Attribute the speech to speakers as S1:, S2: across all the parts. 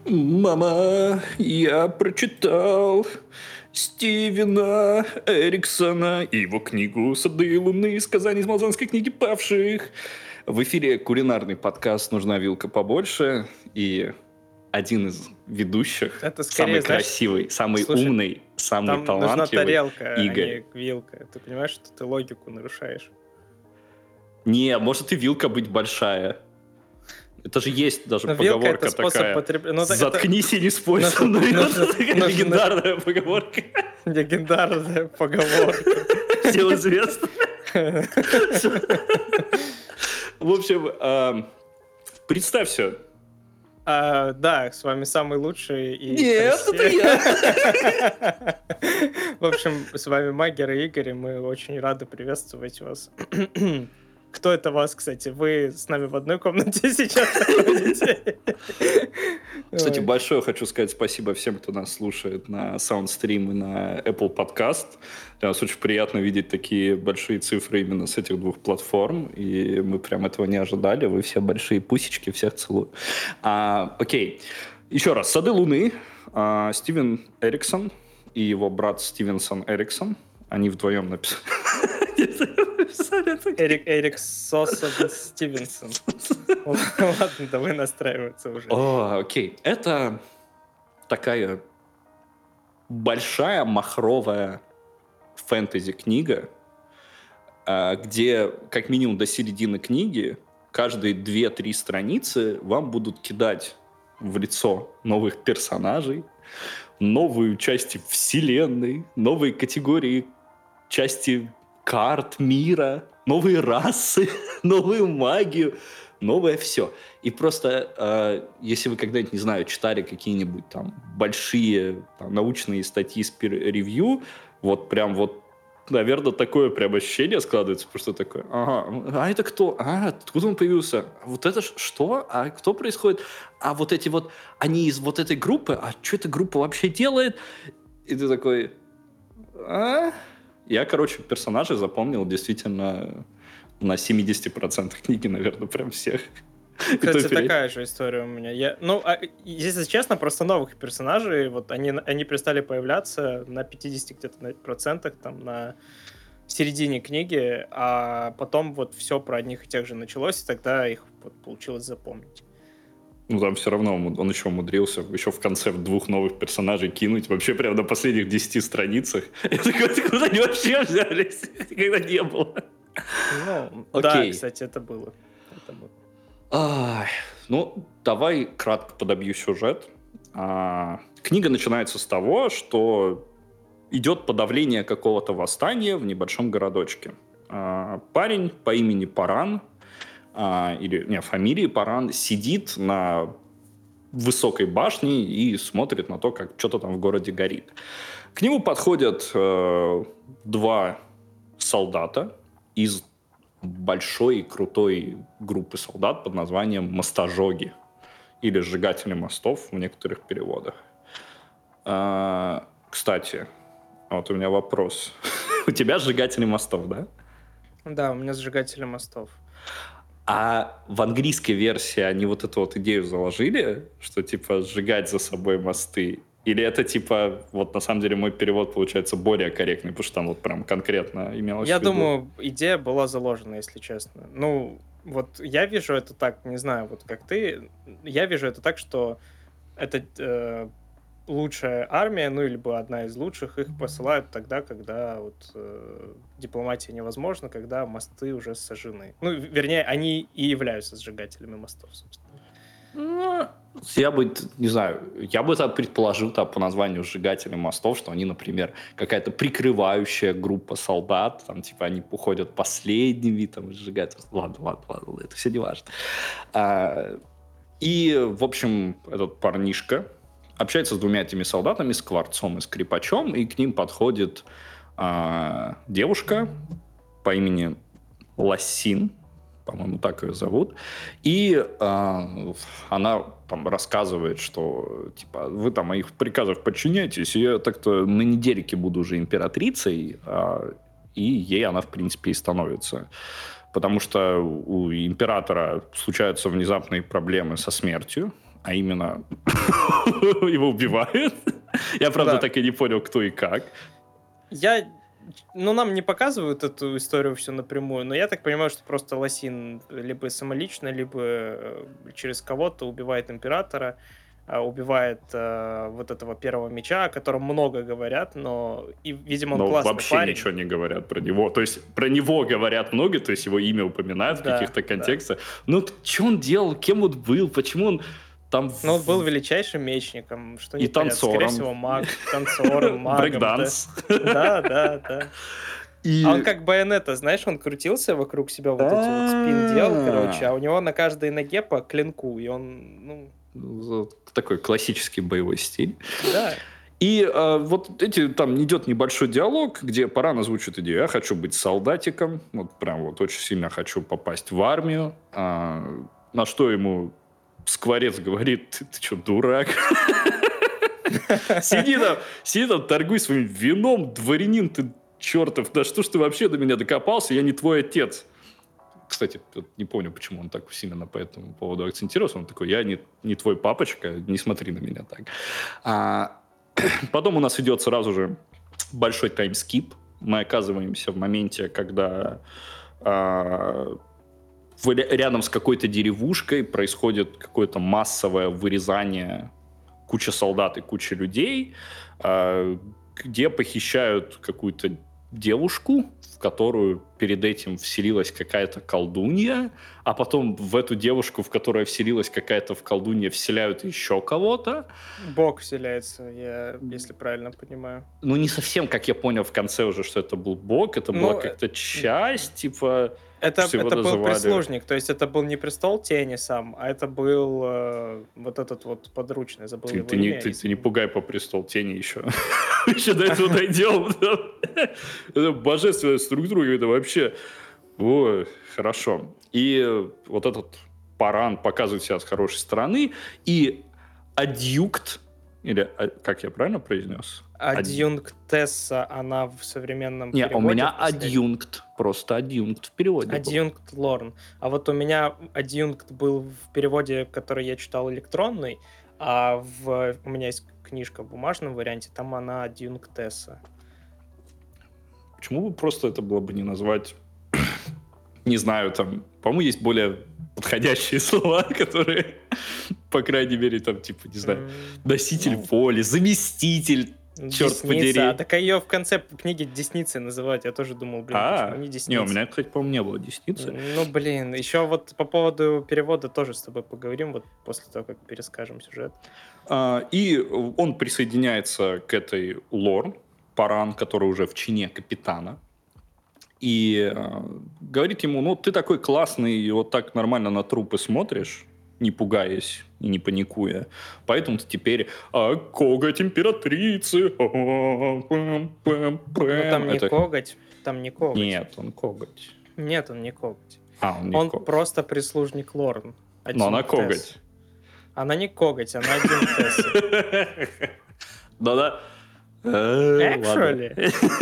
S1: Мама, я прочитал Стивена Эриксона и его книгу «Сады луны. Сказания из Малзанской книги павших». В эфире кулинарный подкаст «Нужна вилка побольше». И один из ведущих,
S2: Это скорее,
S1: самый красивый, самый
S2: слушай,
S1: умный, самый
S2: там нужна
S1: талантливый
S2: тарелка, а не
S1: Игорь.
S2: вилка. Ты понимаешь, что ты логику нарушаешь?
S1: Не, может и вилка быть большая. Это же есть даже
S2: Но вилка —
S1: поговорка
S2: это способ
S1: такая.
S2: потребления.
S1: Заткнись и не спорь со мной. Легендарная поговорка.
S2: Легендарная поговорка.
S1: Всем известно. В общем, представься.
S2: Да, с вами самый лучший и
S1: Нет, это я.
S2: В общем, с вами Магер и Игорь, и мы очень рады приветствовать вас. Кто это вас, кстати? Вы с нами в одной комнате сейчас находитесь?
S1: Кстати, большое хочу сказать спасибо всем, кто нас слушает на SoundStream и на Apple Podcast. Для нас очень приятно видеть такие большие цифры именно с этих двух платформ, и мы прям этого не ожидали. Вы все большие пусечки, всех целую. Окей. Еще раз. «Сады луны». Стивен Эриксон и его брат Стивенсон Эриксон. Они вдвоем написали.
S2: Эрик Соса Стивенсон. Ладно, давай настраиваться уже.
S1: Окей. Это такая большая махровая фэнтези-книга, где как минимум до середины книги каждые 2-3 страницы вам будут кидать в лицо новых персонажей, новые части вселенной, новые категории части карт мира, новые расы, новую магию, новое все. И просто, если вы когда-нибудь, не знаю, читали какие-нибудь там большие научные статьи с peer-review, вот прям вот, наверное, такое прям ощущение складывается, потому что такое, а это кто? Откуда он появился? Вот это что? А кто происходит? А вот эти вот, они из вот этой группы? А что эта группа вообще делает? И ты такой, Я, персонажей запомнил действительно на 70% книги, наверное, прям всех.
S2: Кстати, такая же история у меня. Если честно, просто новых персонажей, вот они перестали появляться на 50 где-то процентах, там, на середине книги, а потом вот все про одних и тех же началось, и тогда их вот получилось запомнить.
S1: Ну, там все равно он еще умудрился еще в конце 2 новых персонажей кинуть, вообще прямо на последних 10 страницах. Я такой, откуда они вообще взялись? Никогда не было.
S2: Да, кстати, это было.
S1: Давай кратко подобью сюжет. Книга начинается с того, что идет подавление какого-то восстания в небольшом городочке. Парень по имени Паран, фамилии Паран, сидит на высокой башне и смотрит на то, как что-то там в городе горит. К нему подходят 2 солдата из большой и крутой группы солдат под названием «Мостожоги» или «Сжигатели мостов» в некоторых переводах. Кстати, вот у меня вопрос. У тебя «Сжигатели мостов», да?
S2: Да, у меня «Сжигатели мостов».
S1: А в английской версии они вот эту вот идею заложили, что типа сжигать за собой мосты? Или это типа, вот на самом деле мой перевод получается более корректный, потому что там вот прям конкретно имелось в виду?
S2: Я думаю, идея была заложена, если честно. Вот я вижу это так, не знаю, вот как ты, я вижу это так, что это лучшая армия, либо одна из лучших, их посылают тогда, когда вот дипломатия невозможна, когда мосты уже сожжены. Вернее, они и являются сжигателями мостов, собственно.
S1: Я бы, не знаю, предположил по названию «Сжигатели мостов», что они, например, какая-то прикрывающая группа солдат, там, типа, они уходят последними, там, сжигать. Ладно, это все не важно. И, в общем, этот парнишка общается с 2 этими солдатами, Скворцом и Скрипачом, и к ним подходит девушка по имени Лассин, по-моему, так ее зовут, и она там рассказывает, что типа вы там моих приказов подчиняетесь, и я так-то на недельке буду уже императрицей, и ей она, в принципе, и становится. Потому что у императора случаются внезапные проблемы со смертью, а именно его убивают. Я, правда, так и не понял, кто и как.
S2: Нам не показывают эту историю всю напрямую, но я так понимаю, что просто Лосин либо самолично, либо через кого-то убивает императора, убивает вот этого первого меча, о котором много говорят, но, видимо, он классный
S1: вообще
S2: парень.
S1: Ничего не говорят про него. То есть про него говорят много, то есть его имя упоминают в каких-то контекстах. Ну, что он делал, кем он был, почему он там...
S2: Ну, он был величайшим мечником, что не
S1: и танцором.
S2: Скорее всего, танцором, магом.
S1: Брейкданс.
S2: Да. А он как Байонета, знаешь, он крутился вокруг себя, вот эти вот спин делал, короче, а у него на каждой ноге по клинку, и он,
S1: Такой классический боевой стиль.
S2: Да.
S1: И вот там идет небольшой диалог, где Паран озвучивает идею: я хочу быть солдатиком, вот прям вот очень сильно хочу попасть в армию. На что ему Скворец говорит: ты что, дурак? Сиди там, торгуй своим вином, дворянин ты чертов, да что ж ты вообще до меня докопался, я не твой отец. Кстати, не помню, почему он так сильно по этому поводу акцентировался. Он такой: я не твой папочка, не смотри на меня так. Потом у нас идет сразу же большой таймскип. Мы оказываемся в моменте, когда рядом с какой-то деревушкой происходит какое-то массовое вырезание кучи солдат и кучи людей, где похищают какую-то девушку, в которую перед этим вселилась какая-то колдунья, а потом в эту девушку, в которую вселилась какая-то колдунья, вселяют еще кого-то.
S2: Бог вселяется, если правильно понимаю.
S1: Ну, не совсем, как я понял в конце уже, что это был Бог, это была как-то часть, типа...
S2: Это был прислужник, то есть это был не престол тени сам, а это был вот этот вот подручный, забыл его имя.
S1: Ты не пугай по престол тени еще. Еще до этого дойдем. Это божественная структура, это вообще... Ой, хорошо. И вот этот Паран показывает себя с хорошей стороны, и адъюнкт, или как я правильно произнес?
S2: Адъюнктесса, она в современном переводе...
S1: Не, у меня адъюнкт, просто адъюнкт в переводе.
S2: Адъюнкт Лорн. А вот у меня адъюнкт был в переводе, который я читал электронный, а у меня есть книжка в бумажном варианте, там она адъюнктесса.
S1: Почему бы просто это было бы не назвать... Не знаю, там, по-моему, есть более подходящие слова, которые, по крайней мере, там, типа, не знаю, носитель воли, заместитель, черт подери.
S2: А так ее в конце книги десницей называют, я тоже думал, почему не десница?
S1: Не, у меня, кстати, по-моему, не было десницы.
S2: Еще вот по поводу перевода тоже с тобой поговорим, вот после того, как перескажем сюжет.
S1: И он присоединяется к этой Лорн, Паран, который уже в чине капитана, и говорит ему: ты такой классный, и вот так нормально на трупы смотришь, не пугаясь и не паникуя. Поэтому ты теперь коготь императрицы.
S2: Там не коготь.
S1: Нет, он коготь.
S2: Нет, он не коготь.
S1: Он
S2: просто прислужник Лорн.
S1: Но она коготь.
S2: Она не коготь, она адъюнктесса.
S1: Да-да.
S2: Actually.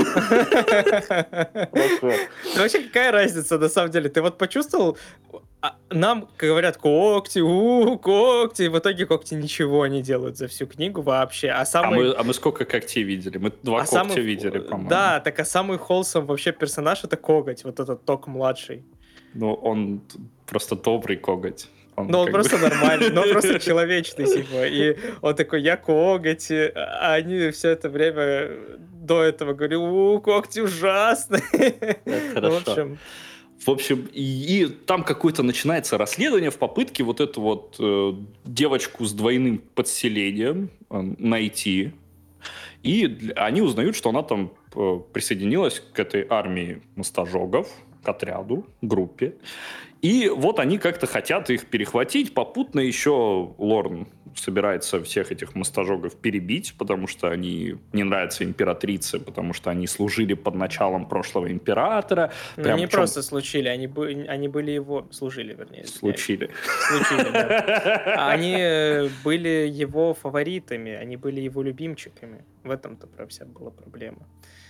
S2: Вообще, какая разница, на самом деле? Ты вот почувствовал, нам говорят когти, когти, и в итоге когти ничего не делают за всю книгу вообще.
S1: Мы сколько когтей видели? Мы 2 когтя видели, по-моему.
S2: Да, так самый холсом вообще персонаж — это коготь, вот этот Ток-младший.
S1: Ну, он просто добрый коготь.
S2: Он просто нормальный, но просто человечный, типа. И он такой: я коготь. А они все это время до этого говорили: когти ужасные.
S1: Хорошо. В общем, и там какое-то начинается расследование в попытке вот эту вот девочку с двойным подселением найти. И они узнают, что она там присоединилась к этой армии мастожогов, к отряду, группе. И вот они как-то хотят их перехватить. Попутно еще Лорн собирается всех этих мастожогов перебить, потому что они не нравятся императрице, потому что они служили под началом прошлого императора.
S2: Ну, не просто служили, они были его... Служили, вернее.
S1: Случили,
S2: да. Они были его фаворитами, они были его любимчиками. В этом-то вся была проблема.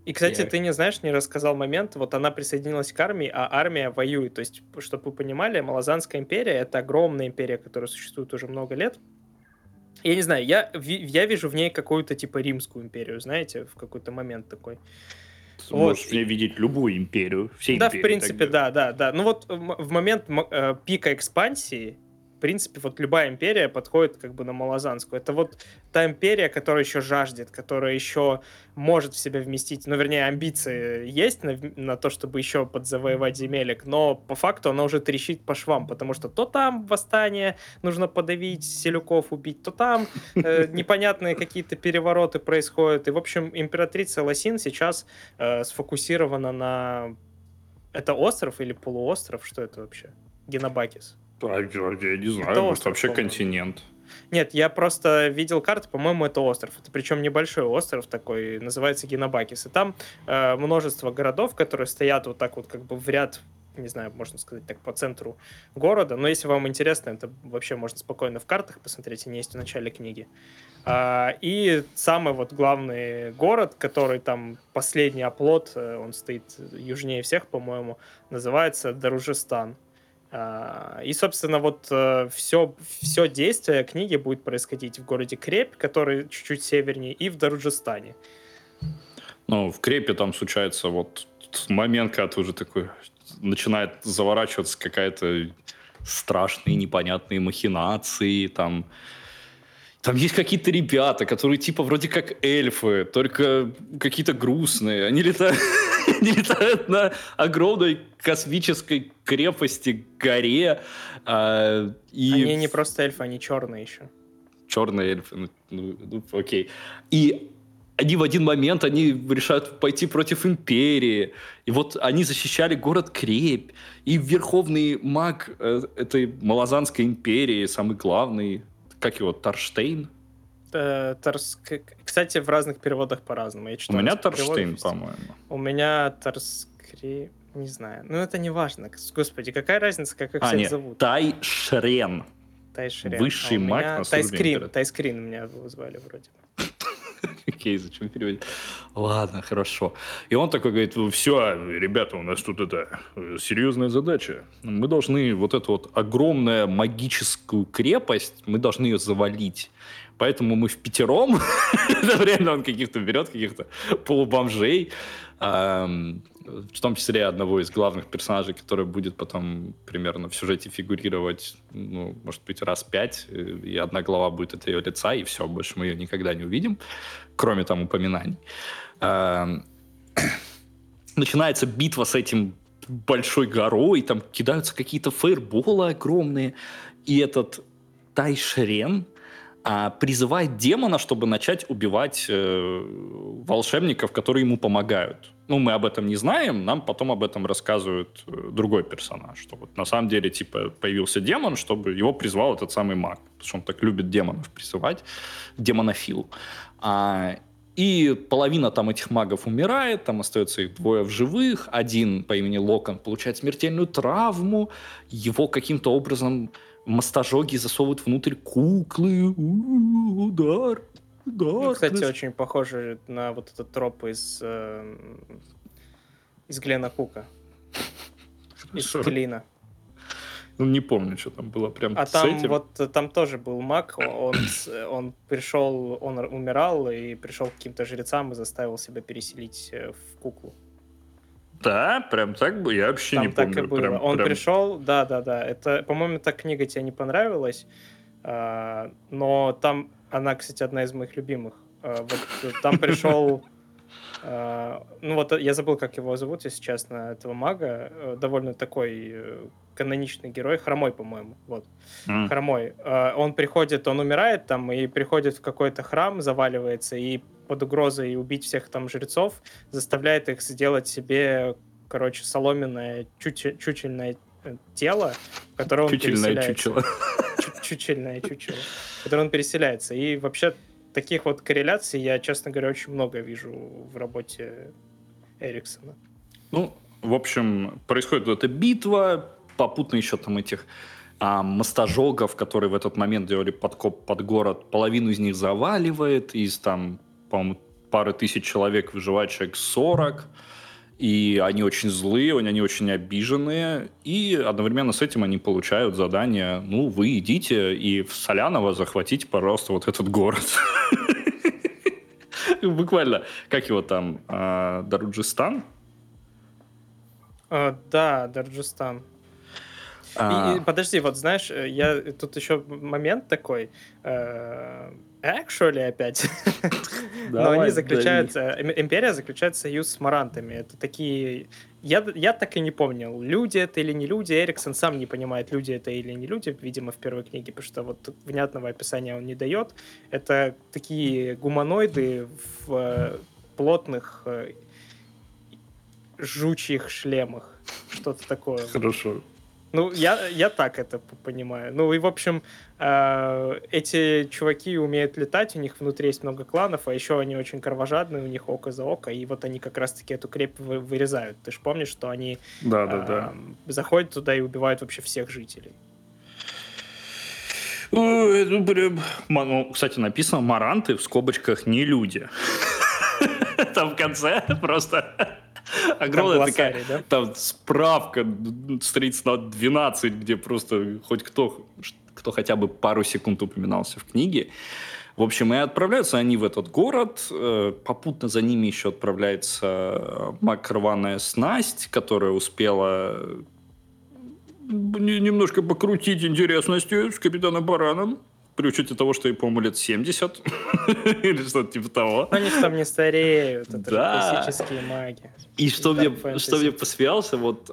S2: И, кстати,
S1: Я-
S2: ты не знаешь, не рассказал момент, вот она присоединилась к армии, а армия воюет. То есть, чтобы вы понимали, Малазанская империя — это огромная империя, которая существует уже много лет. Я не знаю, я вижу в ней какую-то типа Римскую империю, знаете, в какой-то момент такой.
S1: Ты
S2: Вот.
S1: можешь в ней видеть любую империю, все
S2: Да, в
S1: империи так
S2: принципе,
S1: делают.
S2: да. Ну вот в момент пика экспансии, в принципе, вот любая империя подходит как бы на Малазанскую. Это вот та империя, которая еще жаждет, которая еще может в себя вместить, ну, вернее, амбиции есть на то, чтобы еще подзавоевать земелек, но по факту она уже трещит по швам, потому что то там восстание, нужно подавить, селюков убить, то там непонятные какие-то перевороты происходят. И, в общем, императрица Лосин сейчас сфокусирована на... Это остров или полуостров? Что это вообще? Генобакис.
S1: Я не
S2: Это
S1: знаю, может,
S2: остров,
S1: вообще
S2: по-моему.
S1: континент.
S2: Нет, я просто видел карту, по-моему, это остров. Это причем небольшой остров такой, называется Генобакис. И там множество городов, которые стоят вот так вот как бы в ряд, не знаю, можно сказать так, по центру города. Но если вам интересно, это вообще можно спокойно в картах посмотреть, они есть в начале книги. И самый вот главный город, который там последний оплот, он стоит южнее всех, по-моему, называется Даружестан. И, собственно, вот все действие книги будет происходить в городе Крепь, который чуть-чуть севернее, и в Даруджистане.
S1: Ну, в Крепе там случается вот момент, когда ты уже такой... Начинает заворачиваться какая-то страшные, непонятные махинации, там... Там есть какие-то ребята, которые типа вроде как эльфы, только какие-то грустные. Они летают, они летают на огромной космической крепости, горе.
S2: Они
S1: И
S2: не просто эльфы, они черные еще.
S1: черные эльфы, окей. И они в один момент они решают пойти против империи. И вот они защищали город Крепь. И верховный маг этой Малазанской империи, самый главный, как его, Тарштейн?
S2: Кстати, в разных переводах по-разному. Я
S1: У
S2: читал
S1: меня
S2: несколько переводов.
S1: Тарштейн, по-моему.
S2: У меня Тарскри... Не знаю. Ну, это не важно. Господи, какая разница, как их всех
S1: Нет,
S2: зовут?
S1: Тайшрен.
S2: Тайшрен.
S1: Высший
S2: У
S1: маг
S2: меня
S1: на службе
S2: Тайскрин.
S1: императора.
S2: Тайскрин меня его звали вроде.
S1: Окей, зачем переводить? Ладно, хорошо. И он такой говорит, все, ребята, у нас тут это серьезная задача. Мы должны вот эту вот огромную магическую крепость, мы должны ее завалить. Поэтому мы впятером, реально он каких-то берет, каких-то полубомжей, в том числе одного из главных персонажей, который будет потом примерно в сюжете фигурировать, ну, может быть, раз 5, и одна глава будет от ее лица, и все, больше мы ее никогда не увидим, кроме там упоминаний. Начинается битва с этим большой горой, там кидаются какие-то фейерболы огромные, и этот Тайшрен призывает демона, чтобы начать убивать волшебников, которые ему помогают. Ну, мы об этом не знаем, нам потом об этом рассказывает другой персонаж, что вот на самом деле, типа, появился демон, чтобы его призвал этот самый маг, потому что он так любит демонов призывать, демонофил. И половина там этих магов умирает, там остается их 2 в живых, один по имени Локон получает смертельную травму, его каким-то образом мастожоги засовывают внутрь куклы, удар.
S2: Ну, кстати, очень похоже на вот этот троп из Глена Кука. Из Клина.
S1: Ну, не помню, что там было прям
S2: А
S1: с
S2: там
S1: этим.
S2: вот там тоже был маг, он пришел, он умирал и пришел к каким-то жрецам и заставил себя переселить в куклу.
S1: Да, прям так бы, я вообще
S2: Там
S1: не
S2: так
S1: помню.
S2: и было. Он пришел, да. Это, по-моему, та книга тебе не понравилась, но там она, кстати, одна из моих любимых. Вот там пришел, ну вот я забыл, как его зовут, если честно, этого мага, довольно такой каноничный герой, Хромой, по-моему, вот. Хромой. Он приходит, он умирает там и приходит в какой-то храм, заваливается и под угрозой убить всех там жрецов заставляет их сделать себе, короче, соломенное чучельное тело, в которое он переселяется.
S1: Чучело.
S2: Чучельное чучело, в которое он переселяется. И вообще таких вот корреляций я, честно говоря, очень много вижу в работе Эриксона.
S1: Ну, в общем, происходит вот эта битва, попутно еще там этих мастожогов, которые в этот момент делали подкоп под город, половину из них заваливает, из там, по-моему, пары тысяч человек выживает человек 40, и они очень злые, они очень обиженные, и одновременно с этим они получают задание, ну, вы идите и в Соляново захватите, пожалуйста, вот этот город. Буквально, как его там, Даруджистан?
S2: Да, Дарджистан. И подожди, вот знаешь, тут еще момент такой, actually опять, но они заключают, империя заключает союз с марантами. Это такие, я так и не понял, люди это или не люди. Эриксон сам не понимает, люди это или не люди, видимо, в первой книге, потому что вот внятного описания он не дает. Это такие гуманоиды в плотных жучьих шлемах, что-то такое.
S1: Хорошо.
S2: Ну, я так это понимаю. Ну, и, в общем, эти чуваки умеют летать, у них внутри есть много кланов, а еще они очень кровожадные, у них око за око, и вот они как раз-таки эту крепь вырезают. Ты же помнишь, что они заходят туда и убивают вообще всех жителей?
S1: Ну, прям... Кстати, написано «маранты» в скобочках «не люди». Там в конце просто... Огромная такая, да? Там справка страниц на 12, где просто хоть кто хотя бы пару секунд упоминался в книге. В общем, и отправляются они в этот город. Попутно за ними еще отправляется макрованная снасть, которая успела немножко покрутить интересностью с капитаном Бараном. При учете того, что ей, по-моему, лет 70. Или что-то типа того.
S2: Они же там не стареют. Это же классические маги.
S1: И что мне посмеялся, вот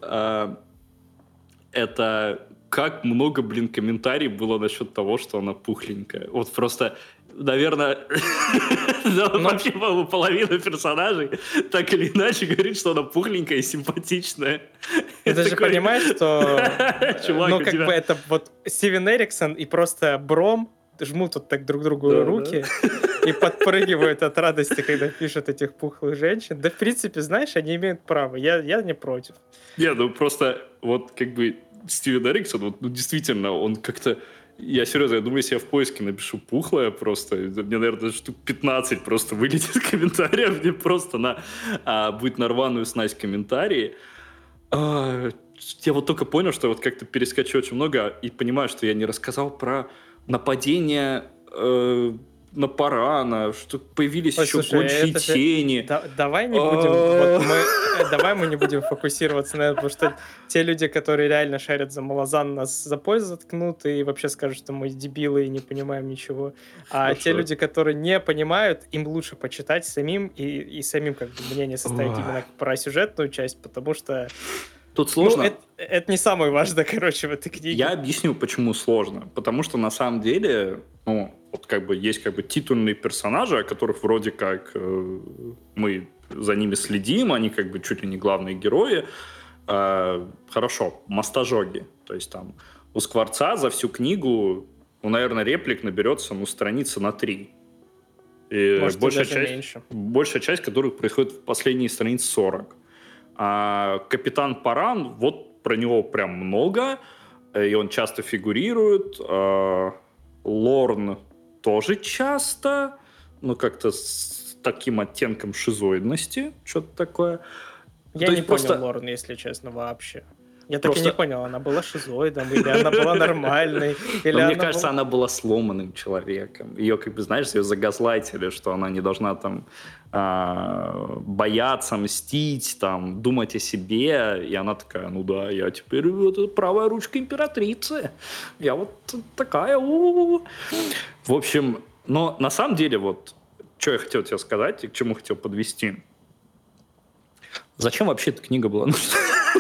S1: это как много, комментариев было насчет того, что она пухленькая. Вот просто, наверное, вообще, по-моему, половина персонажей так или иначе говорит, что она пухленькая и симпатичная.
S2: Ты же понимаешь, что ну, как бы это вот Стивен Эриксон и просто Бром жмут вот так друг другу руки и подпрыгивают от радости, когда пишут этих пухлых женщин. Да, в принципе, знаешь, они имеют право. Я не против.
S1: Не, ну просто вот как бы Стивен Эриксон, вот, ну действительно, он как-то... Я серьезно, я думаю, если я в поиске напишу «пухлая» просто, мне, наверное, штук 15 просто вылетит комментариев, мне просто будет на рваную снасть комментарии. Я вот только понял, что вот как-то перескочу очень много и понимаю, что я не рассказал про нападение на Парана, что появились еще гончие тени.
S2: Давай не будем, давай мы не будем фокусироваться на этом, потому что те люди, которые реально шарят за Малазан, нас за пояс заткнут и вообще скажут, что мы дебилы и не понимаем ничего. А те люди, которые не понимают, им лучше почитать самим и самим как бы мнение составить именно про сюжетную часть, потому что
S1: тут сложно.
S2: Ну, это не самое важное, короче, в этой книге.
S1: Я объясню, почему сложно. Потому что на самом деле, ну, вот как бы есть как бы титульные персонажи, о которых вроде как мы за ними следим, они как бы чуть ли не главные герои. Хорошо, мастожоги. То есть там у Скворца за всю книгу, ну, наверное, реплик наберется, ну, страницы на 3. И
S2: может,
S1: большая часть которых происходит в последние страницы 40. А капитан Паран, вот про него прям много, и он часто фигурирует. Лорн тоже часто, но как-то с таким оттенком шизоидности, что-то такое.
S2: Я не понял Лорн, если честно, вообще. Я так и не понял, она была шизоидом, или она была нормальной, или
S1: мне кажется, она была сломанным человеком. Ее, как бы, знаешь, ее загазлайтили, что она не должна там бояться, мстить, там, думать о себе. И она такая, ну да, я теперь правая ручка императрицы. Я вот такая. В общем, но на самом деле, вот, что я хотел тебе сказать и к чему хотел подвести. Зачем вообще эта книга была нужна?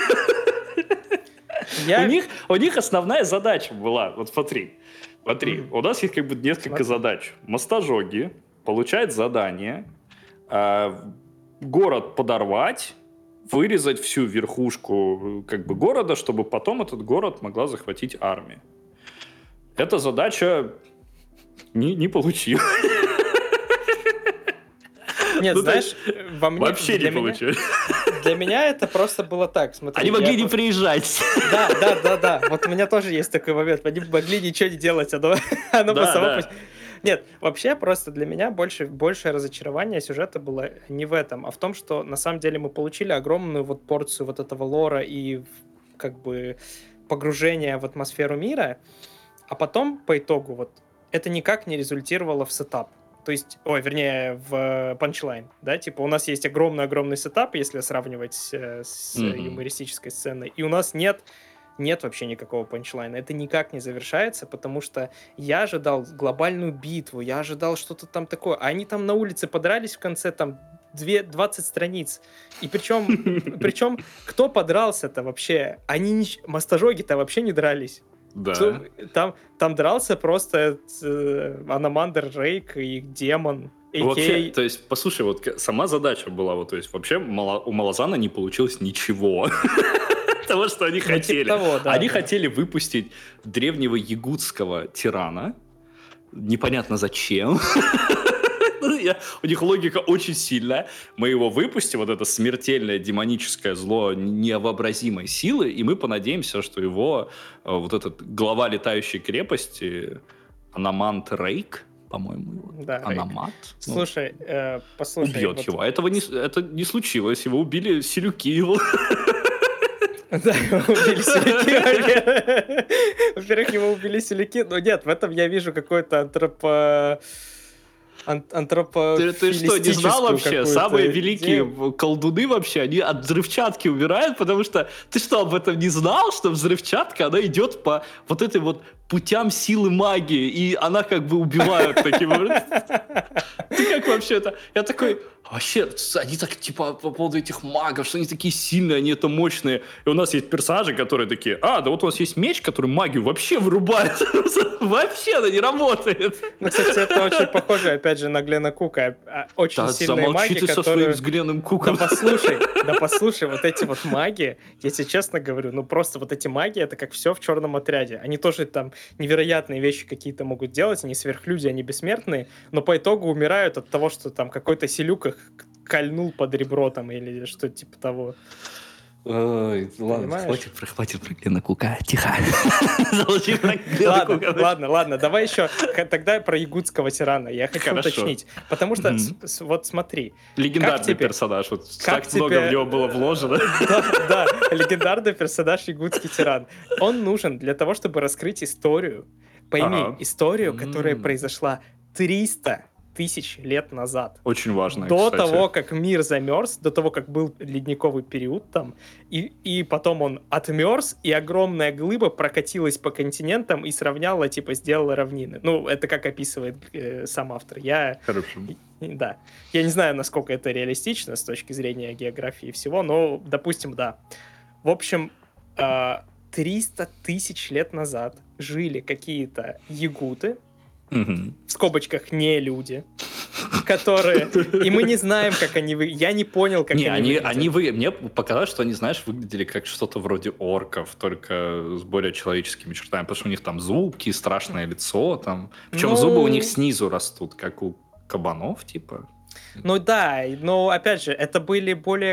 S1: У них основная задача была, вот смотри, у нас есть как бы несколько задач. Мастожоги получают задание город подорвать, вырезать всю верхушку как бы города, чтобы потом этот город могла захватить армия. Эта задача не получилась.
S2: Нет, знаешь, во мне...
S1: Вообще не получилось.
S2: Для меня это просто было так. Смотри,
S1: они могли не приезжать.
S2: Да. Вот у меня тоже есть такой момент. Они могли ничего не делать. Оно бы само... Нет, вообще просто для меня большее разочарование сюжета было не в этом, а в том, что на самом деле мы получили огромную вот порцию вот этого лора и как бы погружения в атмосферу мира, а потом по итогу вот это никак не результировало в сетап. То есть, вернее, в панчлайн, да, типа у нас есть огромный-огромный сетап, если сравнивать с юмористической сценой, и у нас нет вообще никакого панчлайна. Это никак не завершается, потому что я ожидал глобальную битву, я ожидал что-то там такое, а они там на улице подрались в конце, там 20 страниц. И причем кто подрался-то вообще? Мастожоги-то вообще не дрались.
S1: Да.
S2: Там дрался просто Аномандр Рейк и демон.
S1: Вообще, то есть, послушай, вот сама задача была, вот, то есть, вообще у Малазана не получилось ничего. Того, что они хотели. Они хотели выпустить древнего ягудского тирана. Непонятно зачем. У них логика очень сильная. Мы его выпустим, вот это смертельное демоническое зло невообразимой силы, и мы понадеемся, что его вот этот глава летающей крепости Аномант Рейк, по-моему,
S2: да,
S1: Аномат.
S2: Слушай, послушай.
S1: Убьет вот его. Это не случилось. Его убили селюки его.
S2: Да, его убили селюки. Во-первых, его убили селюки. Но нет, в этом я вижу какой-то
S1: Ты что, не знал вообще? Самые великие колдуны вообще, они от взрывчатки умирают, потому что ты что, об этом не знал, что взрывчатка, она идет по вот этой вот путям силы магии, и она как бы убивает таким образом. Ты как вообще это? Я такой, вообще, они так, типа, по поводу этих магов, что они такие сильные, они это мощные. И у нас есть персонажи, которые такие, да вот у нас есть меч, который магию вообще вырубает. Вообще она не работает.
S2: Ну, кстати, это очень похоже, опять же, на Глена Кука. Очень сильные маги, которые...
S1: со своим с Гленом Куком.
S2: Да послушай, вот эти вот маги, я тебе честно говорю, ну просто вот эти маги, это как все в черном отряде. Они тоже там невероятные вещи какие-то могут делать, они сверхлюди, они бессмертные, но по итогу умирают от того, что там какой-то селюк их кольнул под ребро там или что-то типа того.
S1: Ой, ладно, хватит про Глена Кука, тихо.
S2: Ладно, давай еще тогда про ягудского тирана. Я хочу уточнить. Потому что, вот смотри.
S1: Легендарный персонаж, вот так много в него было вложено.
S2: Да, легендарный персонаж ягудский тиран. Он нужен для того, чтобы раскрыть историю. Пойми, историю, которая произошла 300 тысяч лет назад.
S1: Очень важно,
S2: До того, как мир замерз, до того, как был ледниковый период там, и потом он отмерз, и огромная глыба прокатилась по континентам и сравняла, типа, сделала равнины. Ну, это как описывает сам автор.
S1: Хорошо.
S2: Да. Я не знаю, насколько это реалистично с точки зрения географии и всего, но, допустим, да. В общем, 300 тысяч лет назад жили какие-то ягуты, в скобочках не люди, которые... И мы не знаем, как они выглядят. Я не понял, как они
S1: выглядят. Мне показалось, что они, знаешь, выглядели как что-то вроде орков, только с более человеческими чертами, потому что у них там зубки, страшное лицо, там... Причем зубы у них снизу растут, как у кабанов, типа.
S2: Ну да, но опять же, это были более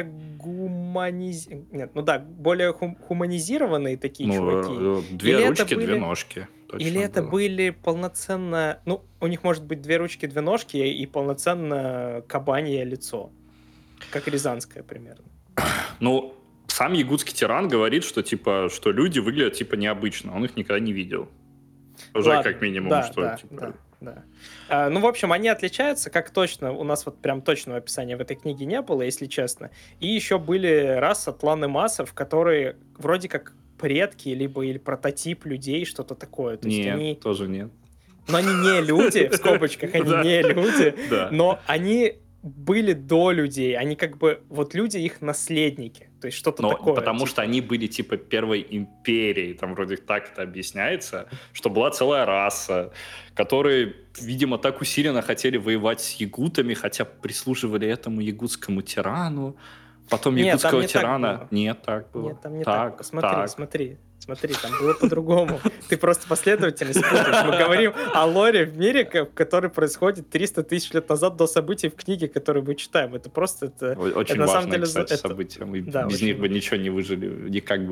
S2: более хуманизированные такие чуваки.
S1: Две ручки, две ножки.
S2: Или это были полноценно... Ну, у них может быть 2 ручки, 2 ножки и полноценно кабанье лицо. Как рязанское примерно.
S1: Ну, сам ягудский тиран говорит, что типа, что люди выглядят типа необычно. Он их никогда не видел. Уже ладно, как минимум,
S2: да,
S1: что
S2: да,
S1: типа...
S2: Да. Ну, в общем, они отличаются, как точно, у нас вот прям точного описания в этой книге не было, если честно. И еще были раса тланы массов, которые вроде как предки, либо или прототип людей, что-то такое. То
S1: нет,
S2: есть они...
S1: тоже нет.
S2: Но они не люди, в скобочках, они не люди, но они были до людей, они как бы, вот люди их наследники, то есть что-то такое.
S1: Потому что они были типа первой империей, там вроде так это объясняется, что была целая раса, которые, видимо, так усиленно хотели воевать с ягутами, хотя прислуживали этому ягудскому тирану. Потом ягудского тирана... Нет, так было.
S2: Нет, там не так. Смотри, там было по-другому. Ты просто последовательность путаешь. Мы говорим о лоре в мире, который происходит 300 тысяч лет назад до событий в книге, которые мы читаем. Это просто...
S1: Очень важное, кстати, событие. Мы без них бы ничего не выжили. Никак бы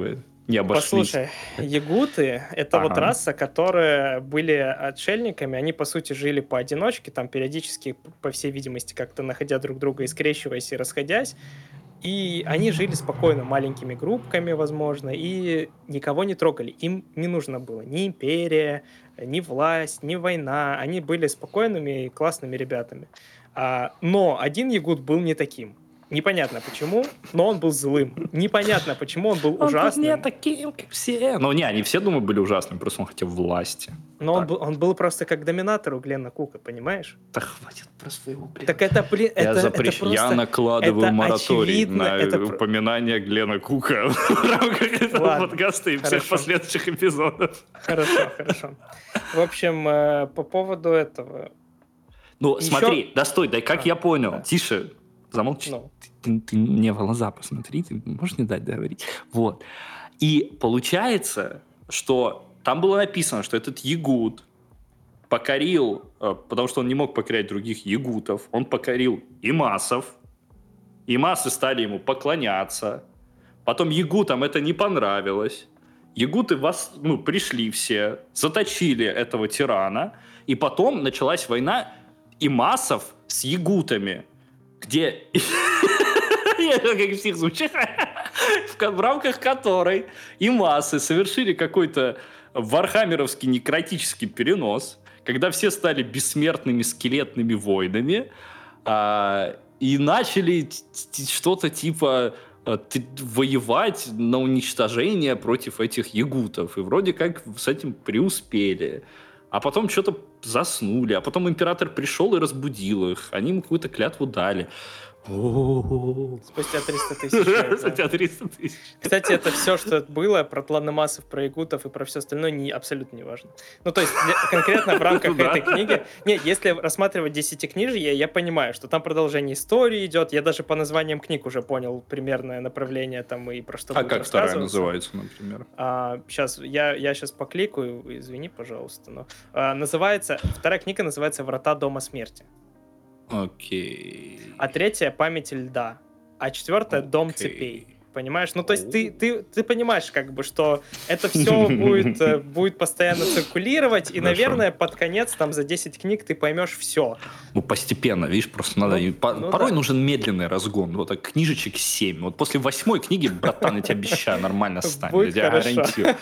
S1: Не обошлись.
S2: Послушай, ягуты — это вот раса, которые были отшельниками, они, по сути, жили поодиночке, там периодически, по всей видимости, как-то находя друг друга и скрещиваясь и расходясь, и они жили спокойно, маленькими группками, возможно, и никого не трогали. Им не нужно было ни империя, ни власть, ни война. Они были спокойными и классными ребятами. Но один ягут был не таким. Непонятно почему, но он был злым. Непонятно почему он был ужасным.
S1: Он был не таким, как все. Ну, не, они все, думаю, были ужасными, просто он хотел власти.
S2: Но он был просто как доминатор у Глена Кука, понимаешь?
S1: Да хватит про своего, блин.
S2: Так это, блин, это просто...
S1: Я накладываю мораторий
S2: очевидно,
S1: на упоминание Глена Кука в рамках этого подкаста и всех последующих эпизодов.
S2: Хорошо. В общем, по поводу этого...
S1: Ну, смотри, да стой, да как я понял. Тише. Замолчи. Ты мне в глаза посмотри, ты можешь не дать договорить? Вот. И получается, что там было написано, что этот ягут покорил, потому что он не мог покорять других ягутов, он покорил имасов, имасы стали ему поклоняться, потом ягутам это не понравилось, ягуты пришли все, заточили этого тирана, и потом началась война имасов с ягутами, где, как всех звучит, в рамках которой имасы совершили какой-то вархаммеровский некротический перенос, когда все стали бессмертными скелетными воинами и начали что-то типа воевать на уничтожение против этих ягутов. И вроде как с этим преуспели. А потом что-то заснули, а потом император пришел и разбудил их. Они ему какую-то клятву дали.
S2: Спустя 300 тысяч лет.
S1: Спустя 300 тысяч.
S2: Кстати, это все, что было про тланомасов, про ягутов и про все остальное, абсолютно не важно. Ну, то есть, конкретно в рамках этой книги... Не, если рассматривать десятикнижье, я понимаю, что там продолжение истории идет. Я даже по названиям книг уже понял примерное направление там и про что будет
S1: как вторая
S2: рассказываться.
S1: называется, например?
S2: Сейчас, я сейчас покликаю, извини, пожалуйста. Но, вторая книга называется «Врата Дома Смерти».
S1: Окей.
S2: А третья «Память льда». А четвертая «Дом цепей». Понимаешь? Ну, то есть ты понимаешь, как бы, что это все будет постоянно циркулировать, и, наверное, под конец, там, за 10 книг ты поймешь все.
S1: Ну, постепенно, видишь, просто надо... порой нужен медленный разгон. Вот так, книжечек 7. Вот после 8-й книги, братан, я тебе обещаю, нормально станет. Я гарантирую.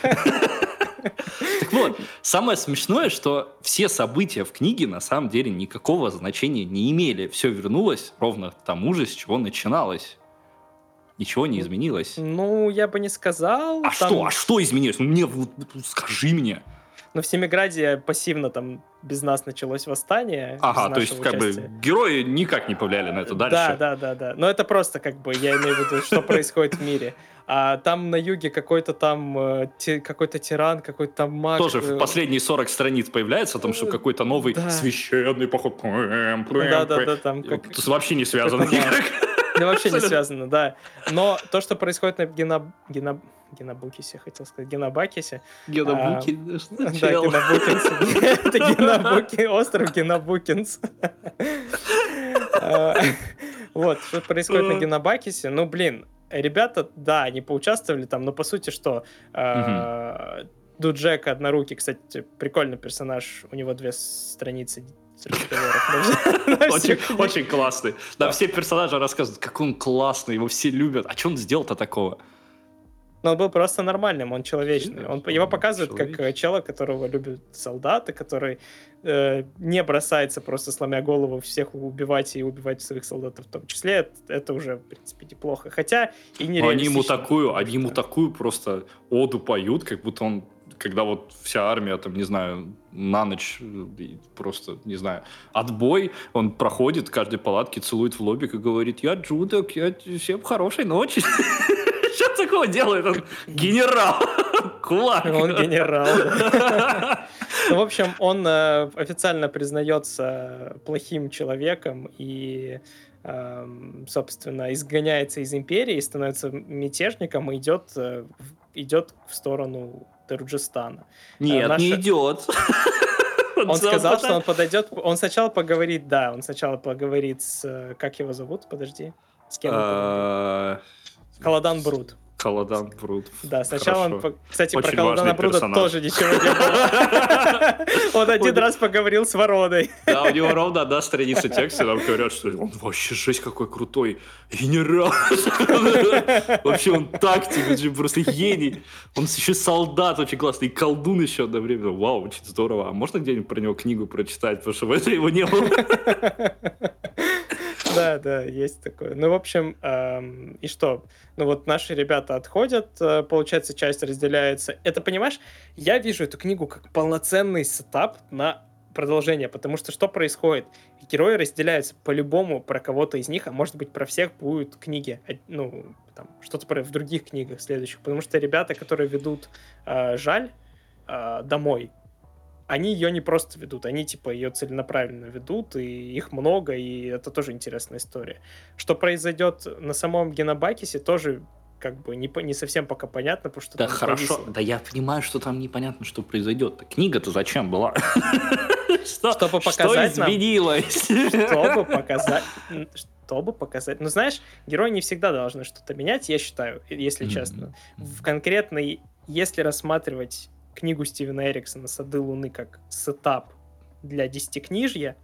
S1: Так вот, самое смешное, что все события в книге на самом деле никакого значения не имели. Все вернулось ровно к тому же, с чего начиналось. Ничего не изменилось.
S2: Ну, я бы не сказал.
S1: А что изменилось? Ну, скажи мне.
S2: Но в Семиграде пассивно там без нас началось восстание.
S1: Ага, то есть как бы герои никак не повлияли на это дальше.
S2: Да. Но это просто как бы, я имею в виду, что происходит в мире. А там на юге какой-то там какой-то тиран, какой-то там маг.
S1: Тоже в последние 40 страниц появляется о том, что какой-то новый священный поход.
S2: Да, там.
S1: Это вообще не связано никак.
S2: Да, вообще не связано, да. Но то, что происходит на Генабукисе, хотел сказать, Генабакисе.
S1: Генабукинс.
S2: Да, Генабукинс. Это остров Генабукинс. Вот, что происходит на Генабакисе. Ну, блин, ребята, да, они поучаствовали там, но по сути что... Дуджек Однорукий, кстати, прикольный персонаж, у него 2 страницы
S1: Очень классный. Да, все персонажи рассказывают, какой он классный, его все любят. А что он сделал-то такого?
S2: Но он был просто нормальным, он человечный. Его показывают как чела, которого любят солдаты, который не бросается просто сломя голову всех убивать и убивать своих солдат в том числе. Это уже, в принципе, неплохо. Хотя и не реалистично.
S1: Они ему такую просто оду поют, как будто он, когда вот вся армия, там, не знаю, на ночь просто, не знаю, отбой, он проходит, каждой палатке целует в лобик и говорит: я Джудок, всем хорошей ночи. Что такого делает он? Генерал. Кулак.
S2: Он генерал. Ну, в общем, он официально признается плохим человеком и, собственно, изгоняется из империи, становится мятежником и идет в сторону Даруджистана.
S1: Нет, не идет.
S2: Он сказал, что он подойдет... Он сначала поговорит с... Как его зовут? Подожди. С кем он поговорит? Халадан Брут.
S1: Каладан Брут.
S2: Да, сначала
S1: Хорошо.
S2: кстати,
S1: Очень
S2: про Каладана
S1: важный
S2: Бруда
S1: персонаж.
S2: тоже ничего не было. Он один раз поговорил с вороной.
S1: Да, у него ровно одна страница текста, нам говорят, что он вообще жесть какой крутой генерал. Вообще он тактик, он же просто гений. Он еще солдат, очень классный, и колдун еще одновременно. Вау, очень здорово. А можно где-нибудь про него книгу прочитать, потому что в этой его не было?
S2: Да, есть такое. Ну, в общем, и что? Ну, вот наши ребята отходят, получается, часть разделяется. Это, понимаешь, я вижу эту книгу как полноценный сетап на продолжение, потому что что происходит? Герои разделяются по-любому про кого-то из них, а может быть, про всех будут книги, ну, там, что-то в других книгах следующих, потому что ребята, которые ведут «Жаль» домой, они ее не просто ведут, они типа ее целенаправленно ведут, и их много, и это тоже интересная история. Что произойдет на самом Генобакисе, тоже как бы не совсем пока понятно, потому что
S1: Да
S2: там
S1: хорошо,
S2: повисло.
S1: да я понимаю, что там непонятно, что произойдет. Книга-то зачем была?
S2: Чтобы показать
S1: что
S2: нам,
S1: изменилось?
S2: чтобы показать. Ну, знаешь, герои не всегда должны что-то менять, я считаю, если честно. Конкретно, если рассматривать книгу Стивена Эриксона «Сады Луны» как сетап для десятикнижья,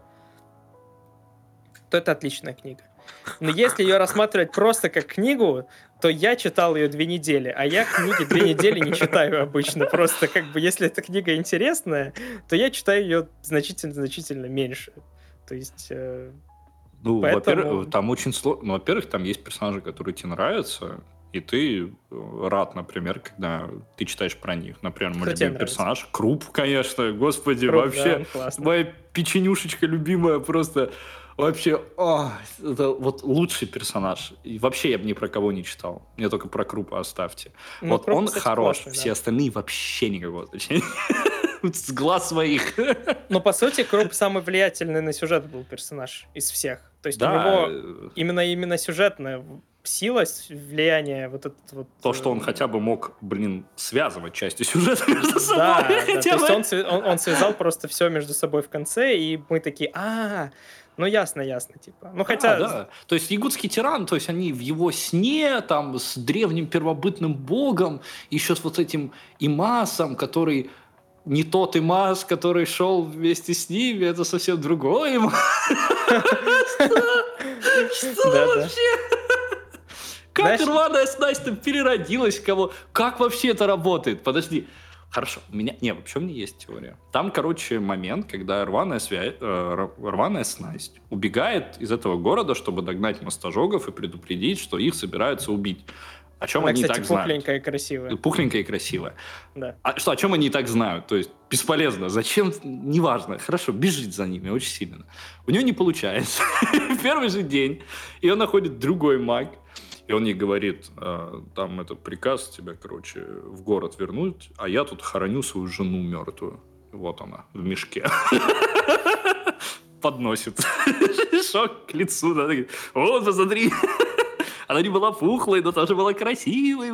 S2: то это отличная книга. Но если ее рассматривать просто как книгу, то я читал ее 2 недели, а я книги 2 недели не читаю обычно. Просто как бы, если эта книга интересная, то я читаю ее значительно меньше. То есть...
S1: Ну,
S2: поэтому...
S1: во-первых, там очень сложно. Ну, во-первых, там есть персонажи, которые тебе нравятся, и ты рад, например, когда ты читаешь про них. Например, мой любимый персонаж Круп, конечно, господи, Круп, вообще да, моя печенюшечка любимая просто. Вообще, это вот лучший персонаж. И вообще я бы ни про кого не читал. Мне только про Крупа оставьте. Ну, вот Круп, он кстати, хорош, классный, все остальные вообще никакого значения. С глаз своих.
S2: Но, по сути, Круп самый влиятельный на сюжет был персонаж из всех. То есть у него именно сюжетная сила, влияние, вот этот вот...
S1: То, что он хотя бы мог, связывать части сюжета между собой.
S2: Да, то есть он связал просто все между собой в конце, и мы такие, ну ясно, типа. Ну хотя...
S1: Да. То есть Ягудский тиран, то есть они в его сне, там, с древним первобытным богом, еще с вот этим Имасом, который... Не тот Имас, который шел вместе с ними, это совсем другой Имас. Что вообще? Как рваная снасть там переродилась кого? Как вообще это работает? Подожди. Хорошо, вообще у меня есть теория. Там, момент, когда рваная снасть убегает из этого города, чтобы догнать мостожогов и предупредить, что их собираются убить. О чем они
S2: кстати,
S1: так знают?
S2: пухленькая и красивая.
S1: Пухленькая и красивая.
S2: Да.
S1: О чем они и так знают? То есть бесполезно. Зачем? Неважно. Хорошо, бежит за ними очень сильно. У него не получается. В первый же день. И он находит другой маг. И он ей говорит, там этот приказ тебя, в город вернуть, а я тут хороню свою жену мертвую. Вот она, в мешке. Подносит. Шок к лицу. Вот, посмотри. Она не была пухлой, но тоже была красивой.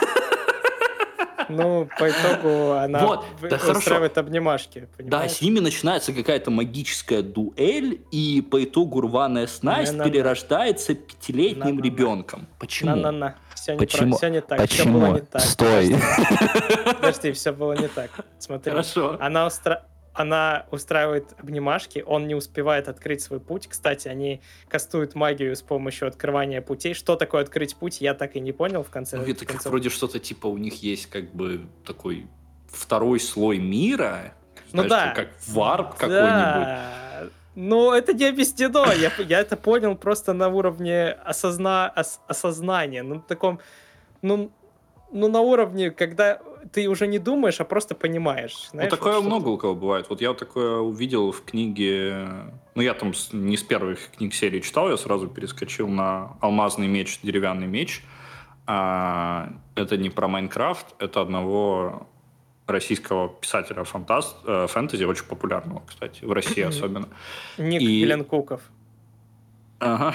S2: Ну, по итогу она устраивает обнимашки.
S1: Понимаешь? Да, с ними начинается какая-то магическая дуэль, и по итогу рваная снасть перерождается 5-летним ребенком. Почему?
S2: Почему? Все не так.
S1: Почему?
S2: Все было не так.
S1: Стой.
S2: Подожди, все было не так. Смотри.
S1: Хорошо.
S2: Она устраивает обнимашки, он не успевает открыть свой путь. Кстати, они кастуют магию с помощью открывания путей. Что такое открыть путь, я так и не понял в конце.
S1: Ну, это как вроде что-то типа у них есть как бы такой второй слой мира.
S2: Ну да.
S1: Как варп какой-нибудь.
S2: Ну, это не объяснено. Я это понял просто на уровне осознания. Ну, таком... Ну, на уровне, когда ты уже не думаешь, а просто понимаешь. Знаешь,
S1: ну, такое много у кого бывает. Вот я такое увидел в книге... Ну, я там не с первых книг серии читал, я сразу перескочил на «Алмазный меч, деревянный меч». Это не про Майнкрафт, это одного российского писателя фэнтези, очень популярного, кстати, в России особенно.
S2: Ник Гленкуков.
S1: Ага.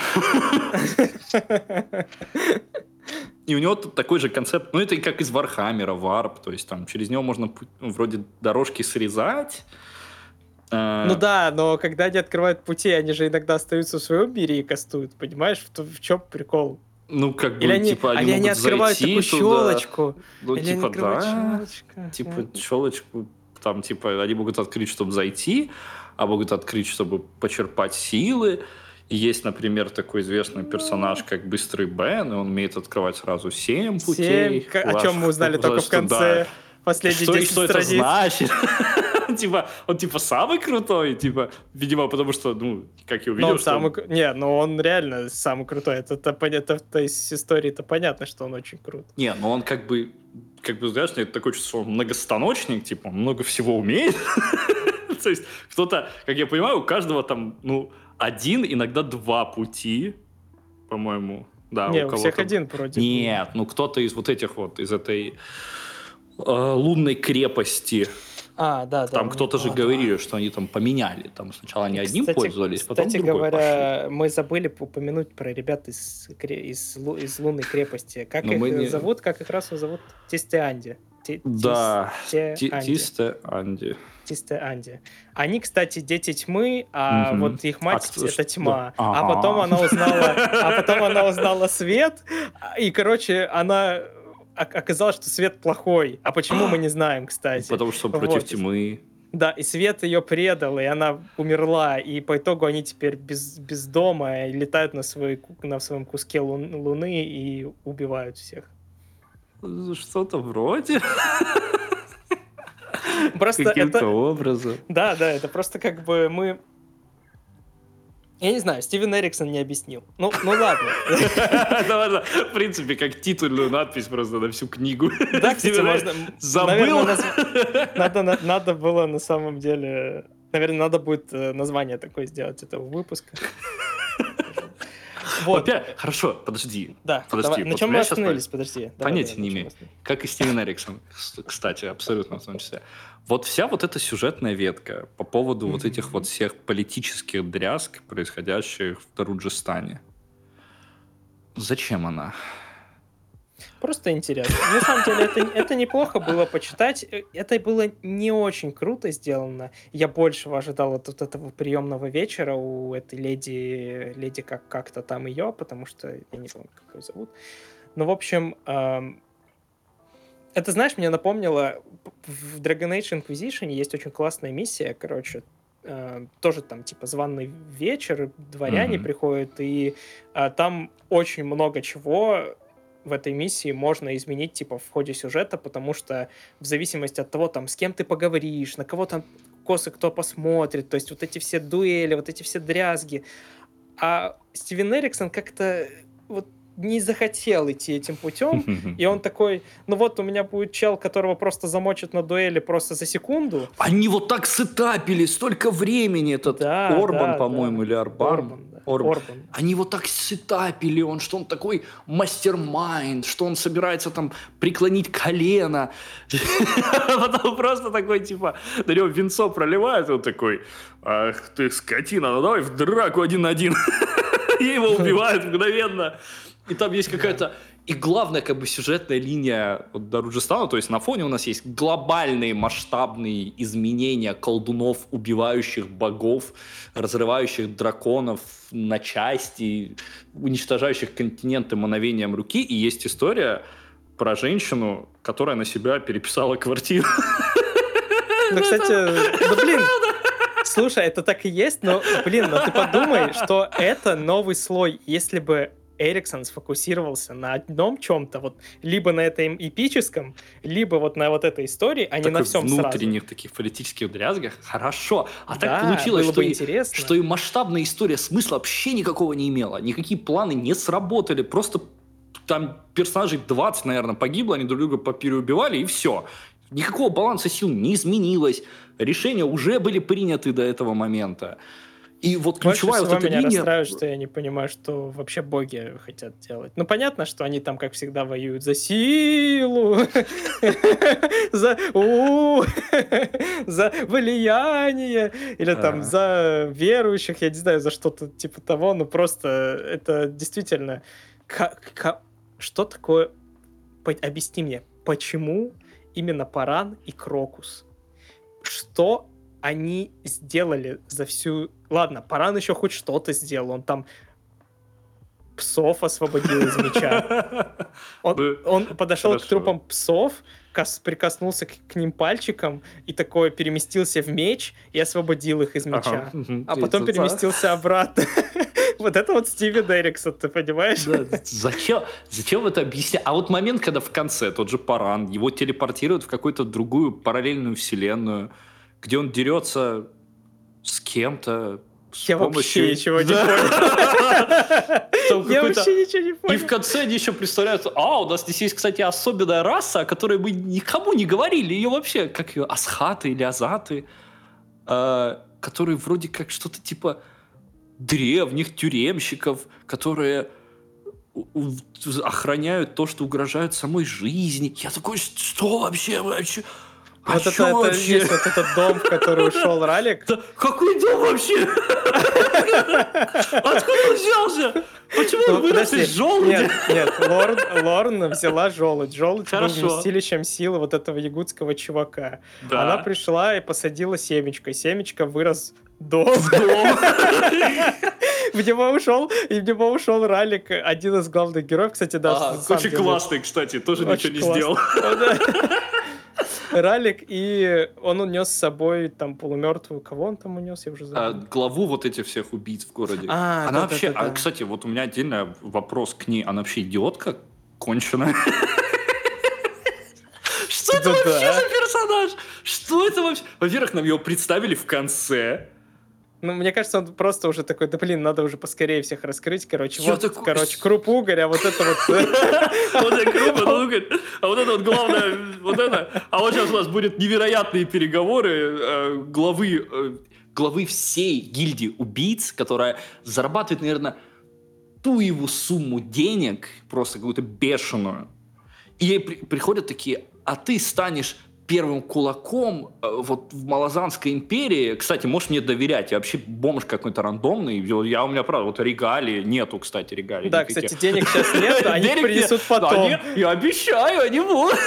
S1: И у него тут такой же концепт, ну, это как из Вархаммера, варп, то есть там через него можно вроде дорожки срезать.
S2: Ну да, но когда они открывают пути, они же иногда остаются в своем мире и кастуют, понимаешь? В чем прикол?
S1: Ну, как
S2: Или
S1: бы,
S2: они,
S1: типа, они
S2: или они
S1: могут
S2: открывают
S1: зайти
S2: такую
S1: туда.
S2: щелочку.
S1: Ну,
S2: Или они
S1: типа,
S2: открывают
S1: да.
S2: щелочку.
S1: Типа, щелочку. Там, типа, они могут открыть, чтобы зайти, а могут открыть, чтобы почерпать силы. И есть, например, такой известный персонаж, как Быстрый Бен, и он умеет открывать сразу 7
S2: 7,
S1: путей.
S2: о чем мы узнали только в
S1: Да.
S2: конце последние
S1: Что, и
S2: 10
S1: что это
S2: страниц.
S1: значит? Типа, он типа самый крутой, типа, видимо, потому что, ну, как я
S2: Но
S1: увидел,
S2: он
S1: что
S2: самый... Не, но он реально самый крутой. Это понятно, из истории-то понятно, что он очень крут.
S1: Не, ну он как бы, знаешь, это такое чувство, что он многостаночник, типа, он много всего умеет. То есть кто-то, как я понимаю, у каждого там, ну, один, иногда два пути, по-моему. Да,
S2: Не,
S1: у
S2: у всех
S1: кого-то...
S2: один вроде был.
S1: Нет, ну кто-то из вот этих вот, из этой лунной крепости.
S2: Да.
S1: Там кто-то же говорил, что они там поменяли. Там сначала они одним пользовались, потом
S2: Кстати
S1: другой
S2: говоря,
S1: пошли.
S2: мы забыли упомянуть про ребят из лунной крепости. Как
S1: Но мы не...
S2: их зовут? Как их расу зовут? Тистеанди.
S1: Да,
S2: Тистеанди.
S1: Тистеанди.
S2: Тистеанди. Они, кстати, дети тьмы, а
S1: Мгм.
S2: вот их мать это тьма.
S1: Да.
S2: А потом
S1: Ага.
S2: она узнала свет, и, короче, она оказалось, что свет плохой. А почему мы не знаем, кстати.
S1: Потому что против
S2: Вот.
S1: тьмы.
S2: Да, и свет ее предал, и она умерла, и по итогу они теперь без дома и летают на своем куске Луны и убивают всех.
S1: Что-то вроде.
S2: Просто
S1: Каким-то
S2: это...
S1: образом.
S2: Да, это просто как бы мы... Я не знаю, Стивен Эриксон не объяснил. Ну ладно.
S1: Да, в принципе, как титульную надпись просто на всю книгу.
S2: Да, кстати, можно...
S1: Забыл?
S2: Надо было на самом деле... Наверное, надо будет название такое сделать этого выпуска. Вот.
S1: Хорошо, подожди.
S2: Да,
S1: подожди.
S2: на чем мы остановились? Подожди.
S1: Понятия не имею. Как и Стивен Эриксон, кстати, абсолютно в том числе. Вот вся вот эта сюжетная ветка по поводу вот этих вот всех политических дрязг, происходящих в Даруджистане. Зачем она?
S2: Просто интересно. На самом деле, это неплохо было почитать. Это было не очень круто сделано. Я большего ожидал от вот этого приемного вечера у этой леди как-то там ее, потому что я не помню, как ее зовут. Но, в общем, это, знаешь, мне напомнило, в Dragon Age Inquisition есть очень классная миссия, короче, тоже там типа званый вечер, дворяне приходят, и там очень много чего в этой миссии можно изменить типа в ходе сюжета, потому что в зависимости от того, там, с кем ты поговоришь, на кого там косы кто посмотрит, то есть вот эти все дуэли, вот эти все дрязги. А Стивен Эриксон как-то вот не захотел идти этим путем, и он такой, ну вот у меня будет чел, которого просто замочат на дуэли просто за секунду.
S1: Они вот так сетапили столько времени, этот Орбан, по-моему, или Орбан.
S2: Орбан.
S1: Они вот так сетапили, что он такой мастер-майнд, что он собирается там преклонить колено. Потом просто такой, типа, на него винцо проливают, он такой, ах ты скотина, ну давай в драку 1 на 1. И его убивают мгновенно. И там есть какая-то... И главная как бы сюжетная линия Даруджистана, то есть на фоне у нас есть глобальные масштабные изменения колдунов, убивающих богов, разрывающих драконов на части, уничтожающих континенты мановением руки. И есть история про женщину, которая на себя переписала квартиру.
S2: Ну, кстати, блин, слушай, это так и есть, но, блин, ты подумай, что это новый слой. Если бы Эриксон сфокусировался на одном чем-то, вот либо на этом эпическом, либо вот на вот этой истории, а не на всем сразу.
S1: Внутренних таких политических дрязгах. Хорошо. А
S2: да,
S1: так получилось,
S2: что
S1: и масштабная история смысла вообще никакого не имела. Никакие планы не сработали. Просто там персонажей 20, наверное, погибло, они друг друга попереубивали, и все. Никакого баланса сил не изменилось. Решения уже были приняты до этого момента. И вот ключевая вот эта
S2: меня
S1: линия...
S2: расстраивает, что я не понимаю, что вообще боги хотят делать. Ну, понятно, что они там, как всегда, воюют за силу, за влияние, или там за верующих, я не знаю, за что-то типа того, но просто это действительно... Что такое... Объясни мне, почему именно Паран и Крокус? Что они сделали за всю... Ладно, Паран еще хоть что-то сделал, он там псов освободил из меча. Он подошел к трупам псов, прикоснулся к ним пальчиком и такое переместился в меч и освободил их из меча. А потом переместился обратно. Вот это вот Стивен Эриксон, ты понимаешь?
S1: Да, зачем это объяснять? А вот момент, когда в конце тот же Паран, его телепортируют в какую-то другую параллельную вселенную, где он дерется с кем-то.
S2: Я вообще ничего не понял. Я вообще ничего не понял.
S1: И в конце они еще представляют, у нас здесь есть, кстати, особенная раса, о которой мы никому не говорили. Ее вообще, как ее, асхаты или азаты, которые вроде как что-то типа древних тюремщиков, которые охраняют то, что угрожает самой жизни. Я такой, что вообще?
S2: Вот это есть вот этот дом, в который ушел Ралик.
S1: Да, какой дом вообще? Откуда он взялся? Почему он вырос из желудя?
S2: Нет, Лорн взяла желудь. Желудь был вместилищем силы вот этого ягудского чувака. Да. Она пришла и посадила семечко. Семечко вырос дом. В него ушел Ралик, один из главных героев, кстати, да.
S1: Очень классный, кстати, тоже ничего не сделал.
S2: Ралик, и он унес с собой там полумертвую. Кого он там унес? Я уже забыл.
S1: Главу вот этих всех убийц в городе. Она вообще... Кстати, вот у меня отдельный вопрос к ней. Она вообще идиотка? Конченая? Что это вообще за персонаж? Что это вообще? Во-первых, нам его представили в конце.
S2: Ну, мне кажется, он просто уже такой, да блин, надо уже поскорее всех раскрыть, короче, круп угорь, а вот это вот...
S1: Вот это круп угорь, а вот это вот главное, вот это... А вот сейчас у нас будут невероятные переговоры главы всей гильдии убийц, которая зарабатывает, наверное, ту его сумму денег, просто какую-то бешеную. И ей приходят такие, а ты станешь первым кулаком вот в Малазанской империи. Кстати, можешь мне доверять. Я вообще бомж какой-то рандомный. У меня, правда, вот регалии нету, кстати, регалий.
S2: Да, никаких. Кстати, денег сейчас нет, они принесут потом.
S1: Я обещаю, они будут.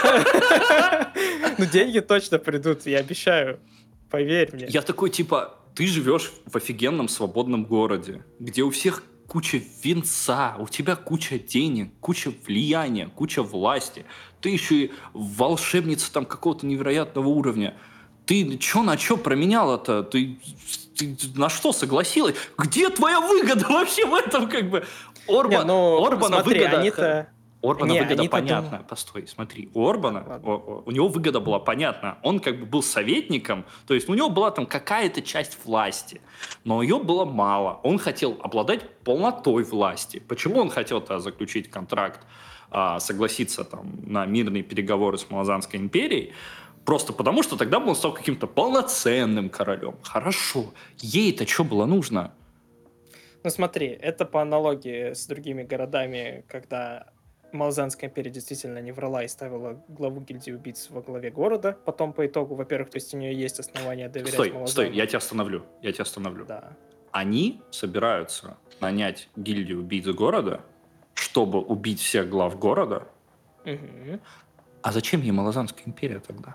S2: Ну, деньги точно придут, я обещаю. Поверь мне.
S1: Я такой, типа, ты живешь в офигенном свободном городе, где у всех куча венца, у тебя куча денег, куча влияния, куча власти. Ты еще и волшебница там какого-то невероятного уровня. Ты на что променяла-то? Ты на что согласилась? Где твоя выгода вообще в этом, как бы? Орбана выгода... Орбана выгода понятна. Постой, смотри. У Орбана, у него выгода была понятна. Он как бы был советником, то есть у него была там какая-то часть власти, но ее было мало. Он хотел обладать полнотой власти. Почему он хотел-то заключить контракт, согласиться там на мирные переговоры с Малазанской империей? Просто потому, что тогда бы он стал каким-то полноценным королем. Хорошо. Ей-то что было нужно?
S2: Ну смотри, это по аналогии с другими городами, когда Малазанская империя действительно не врала и ставила главу гильдии убийц во главе города. Потом по итогу, во-первых, то есть у нее есть основания доверять Малазану.
S1: Стой, я тебя остановлю.
S2: Да.
S1: Они собираются нанять гильдию убийц города, чтобы убить всех глав города.
S2: Угу.
S1: А зачем ей Малазанская империя тогда?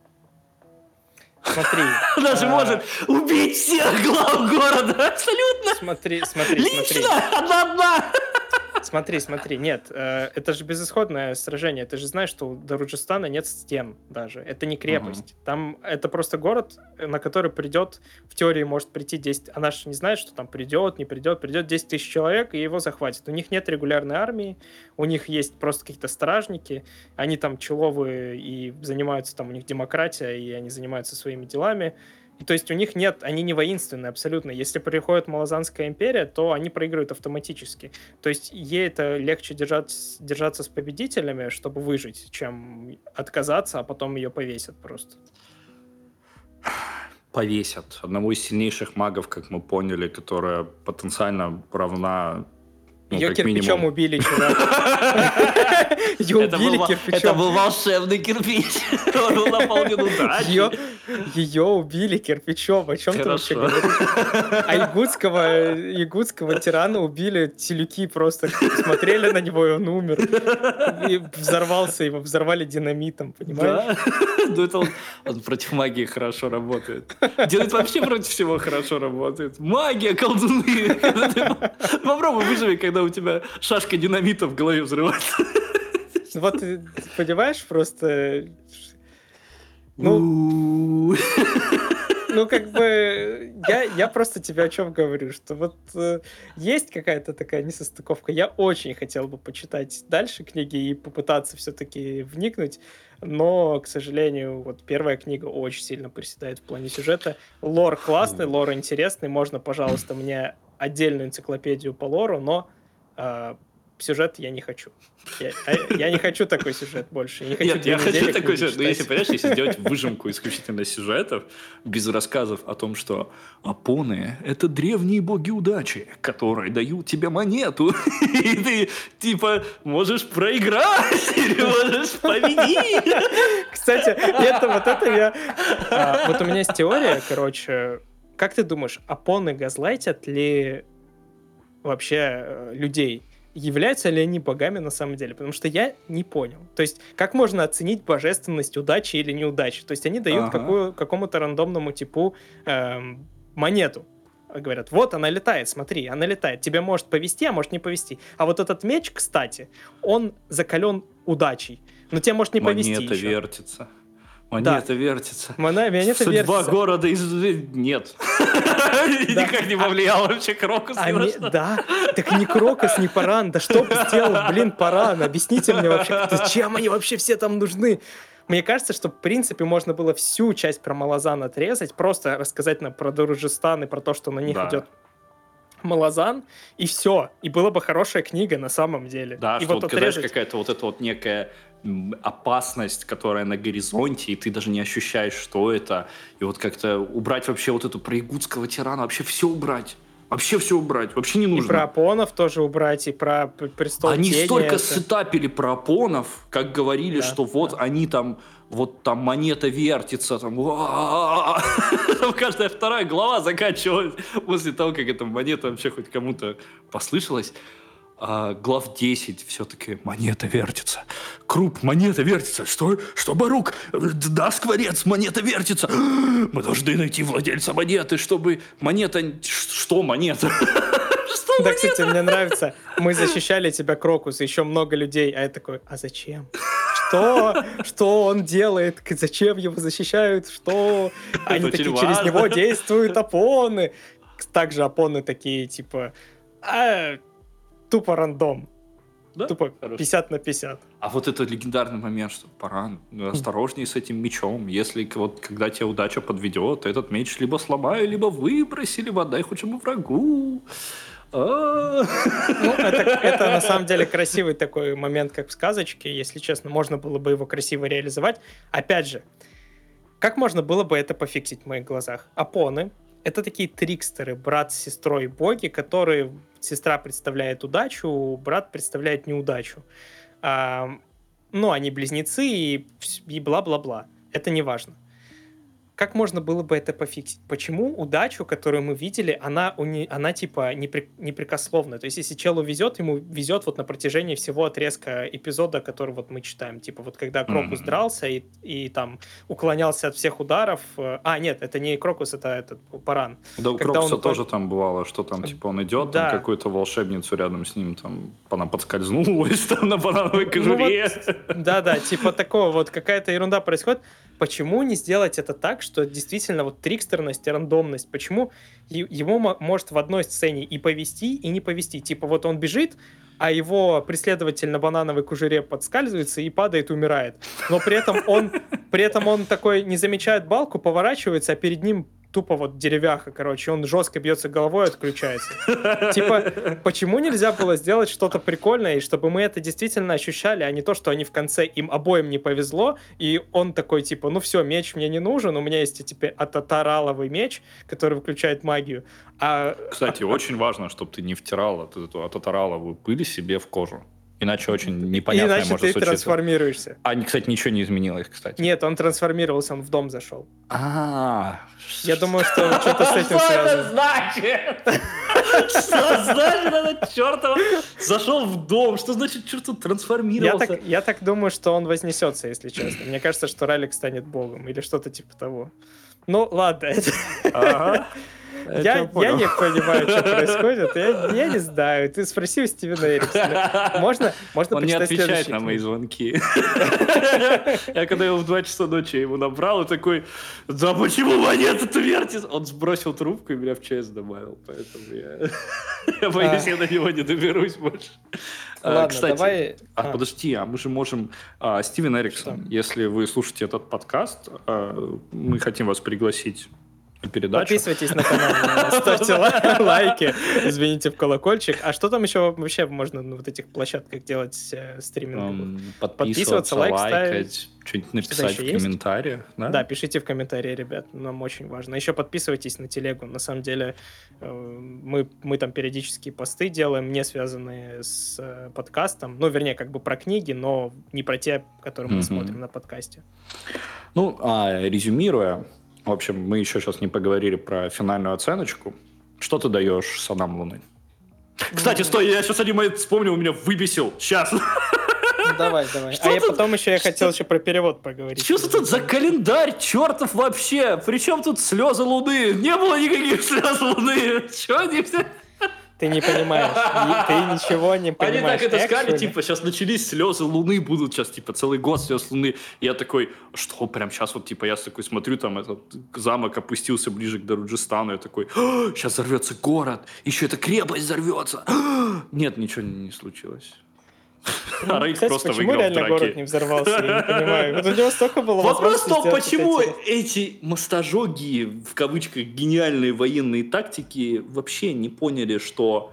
S2: Смотри.
S1: Она же может убить всех глав города, абсолютно.
S2: Смотри.
S1: Лично, одна.
S2: Смотри, нет, это же безысходное сражение, ты же знаешь, что у Даруджистана нет стен даже, это не крепость, там это просто город, на который придет, в теории может прийти 10, она же не знает, что там придет 10 тысяч человек, и его захватит. У них нет регулярной армии, у них есть просто какие-то стражники, они там человые и занимаются, там у них демократия, и они занимаются своими делами. То есть у них нет, они не воинственные абсолютно. Если приходит Малазанская империя, то они проигрывают автоматически. То есть ей это легче держаться с победителями, чтобы выжить, чем отказаться, а потом ее повесят просто.
S1: Повесят. Одного из сильнейших магов, как мы поняли, которая потенциально равна...
S2: Ее кирпичом убили, чувак. Ее убили кирпичом.
S1: Это был волшебный кирпич. Он был наполнен удачей.
S2: Ее убили кирпичом. О чем ты вообще говоришь? А ягудского тирана убили телюки просто. Смотрели на него, и он умер. И взорвался, его взорвали динамитом, понимаешь?
S1: Да, это он против магии хорошо работает. Делает вообще против всего хорошо работает. Магия, колдуны. Попробуй выживи, когда у тебя шашка динамита в голове взрывается.
S2: Вот, ты понимаешь, просто... Ну, как бы, я просто тебе о чем говорю, что вот есть какая-то такая несостыковка. Я очень хотел бы почитать дальше книги и попытаться все-таки вникнуть, но, к сожалению, вот первая книга очень сильно приседает в плане сюжета. Лор классный, лор интересный, можно, пожалуйста, мне отдельную энциклопедию по лору, но сюжет я не хочу. Я не хочу такой сюжет больше.
S1: Нет, я хочу такой сюжет. Но если, понимаешь, если сделать выжимку исключительно сюжетов, без рассказов о том, что Апоны — это древние боги удачи, которые дают тебе монету, и ты, типа, можешь проиграть или можешь победить.
S2: Кстати, это я... Вот у меня есть теория, короче. Как ты думаешь, Апоны газлайтят ли вообще людей? Являются ли они богами на самом деле? Потому что я не понял. То есть, как можно оценить божественность удачи или неудачи? То есть, они дают какому-то рандомному типу монету. Говорят, вот она летает, смотри, она летает. Тебе может повезти, а может не повезти. А вот этот меч, кстати, он закален удачей. Но тебе может не повезти
S1: Монета
S2: еще.
S1: вертится. Монета вертится.
S2: Монета
S1: Судьба
S2: вертится.
S1: города нет. Никак не повлиял вообще Крокус.
S2: Да, так ни Крокус, ни Паран. Да что бы сделал, блин, Паран? Объясните мне вообще, зачем они вообще все там нужны? Мне кажется, что, в принципе, можно было всю часть про Малазан отрезать, просто рассказать нам про Даруджистан и про то, что на них идет Малазан, и все. И была бы хорошая книга на самом деле.
S1: Да,
S2: и
S1: что
S2: вот
S1: знаешь, какая-то вот эта вот некая опасность, которая на горизонте, и ты даже не ощущаешь, что это. И вот как-то убрать вообще вот эту про ягудского тирана, вообще все убрать. Вообще все убрать, вообще не нужно.
S2: И про Апонов тоже убрать, и про престол
S1: Они
S2: тени.
S1: столько сетапили про Апонов, как говорили, что вот они там, вот там монета вертится, там каждая вторая глава заканчивалась после того, как эта монета вообще хоть кому-то послышалась. Глав 10 все-таки монета вертится. Круп, монета вертится. Что Барук? Да, скворец, монета вертится. Мы должны найти владельца монеты, чтобы монета... Что монета?
S2: Да, кстати, мне нравится. Мы защищали тебя, Крокус, и еще много людей. А я такой, а зачем? Что он делает? Зачем его защищают? Что? Они такие, через него действуют Апоны. Также Апоны такие, типа... Тупо рандом. Да? Тупо 50 на 50.
S1: А вот это легендарный момент, что Паран, осторожней с этим мечом. Если вот когда тебя удача подведет, этот меч либо сломай, либо выброси, либо отдай хоть врагу.
S2: Это на самом деле красивый такой момент, как в сказочке. Если честно, можно было бы его красиво реализовать. Опять же, как можно было бы это пофиксить в моих глазах? Апоны — это такие трикстеры, брат с сестрой боги, которые... Сестра представляет удачу, брат представляет неудачу. Они близнецы и бла-бла-бла. Это не важно. Как можно было бы это пофиксить? Почему удачу, которую мы видели, она типа непрекословная? То есть, если челу везет, ему везет вот на протяжении всего отрезка эпизода, который вот мы читаем. Типа вот когда Крокус дрался и там уклонялся от всех ударов. Нет, это не Крокус, это этот Паран.
S1: Да, у Крокуса тоже там бывало, что там типа он идет, там какую-то волшебницу рядом с ним, там она подскользнулась там на банановой кожуре.
S2: Да, типа такого вот какая-то ерунда происходит. Почему не сделать это так, что действительно вот трикстерность и рандомность? Почему ему может в одной сцене и повести, и не повести? Типа вот он бежит, а его преследователь на банановой кожуре подскальзывается и падает, умирает. Но при этом он такой не замечает балку, поворачивается, а перед ним тупо вот деревяха, короче, он жестко бьется головой и отключается. Типа, почему нельзя было сделать что-то прикольное, и чтобы мы это действительно ощущали, а не то, что они в конце, им обоим не повезло, и он такой, типа, ну все, меч мне не нужен, у меня есть теперь ататараловый меч, который выключает магию.
S1: Кстати, очень важно, чтобы ты не втирал эту ататараловую пыль себе в кожу. Иначе очень непонятно может случиться.
S2: Иначе ты трансформируешься.
S1: Кстати, ничего не изменилось, кстати.
S2: Нет, он трансформировался, он в дом зашел.
S1: Я
S2: думаю, что что-то с этим связано.
S1: Что значит этот чертов зашел в дом? Что значит чертов трансформировался?
S2: Я так думаю, что он вознесется, если честно. Мне кажется, что Ралик станет богом или что-то типа того. Ну, ладно.
S1: Ага.
S2: Я не понимаю, что происходит. Я не знаю. Ты спроси у Стивена Эриксона. Можно
S1: Он не
S2: почитать
S1: отвечает
S2: следующие
S1: на мои
S2: книги?
S1: звонки. Я когда его в 2 часа ночи ему набрал, и такой, да почему монету вертишь? Он сбросил трубку и меня в ЧС добавил, поэтому я боюсь, я до него не доберусь больше.
S2: Ладно,
S1: Кстати,
S2: давай...
S1: подожди, мы же можем... Стивен Эриксон, если вы слушаете этот подкаст, мы хотим вас пригласить на передачу.
S2: Подписывайтесь на канал, ставьте лайки, звоните в колокольчик. А что там еще вообще можно на вот этих площадках делать стриминговых?
S1: Подписываться,
S2: лайк
S1: ставить, что-нибудь написать
S2: еще
S1: в
S2: есть?
S1: комментариях.
S2: Да, пишите в комментарии, ребят, нам очень важно. Еще подписывайтесь на телегу. На самом деле мы там периодически посты делаем, не связанные с подкастом. Ну, вернее, как бы про книги, но не про те, которые мы смотрим на подкасте.
S1: Ну, резюмируя, в общем, мы еще сейчас не поговорили про финальную оценочку. Что ты даешь «Садам Луны»? Кстати, стой, я сейчас один момент вспомнил, меня выбесил. Сейчас.
S2: Давай. Потом я хотел еще про перевод поговорить.
S1: Что тут за календарь чертов вообще? Причем тут слезы Луны? Не было никаких слез Луны. Че они все...
S2: Ты не понимаешь. Ты ничего не понимаешь.
S1: Они так это сказали, типа, сейчас начались слезы Луны, будут сейчас, типа, целый год слез Луны. И я такой, что, прям сейчас вот, типа, я такой смотрю, там, этот замок опустился ближе к Даруджистану, я такой, сейчас взорвется город, еще эта крепость взорвется. Нет, ничего не случилось.
S2: А Рейх просто выиграл в драке. Почему реально город не взорвался, я не понимаю. Вот у него столько было
S1: возможностей. Вопрос в том, почему эти мастожоги, в кавычках, гениальные военные тактики вообще не поняли, что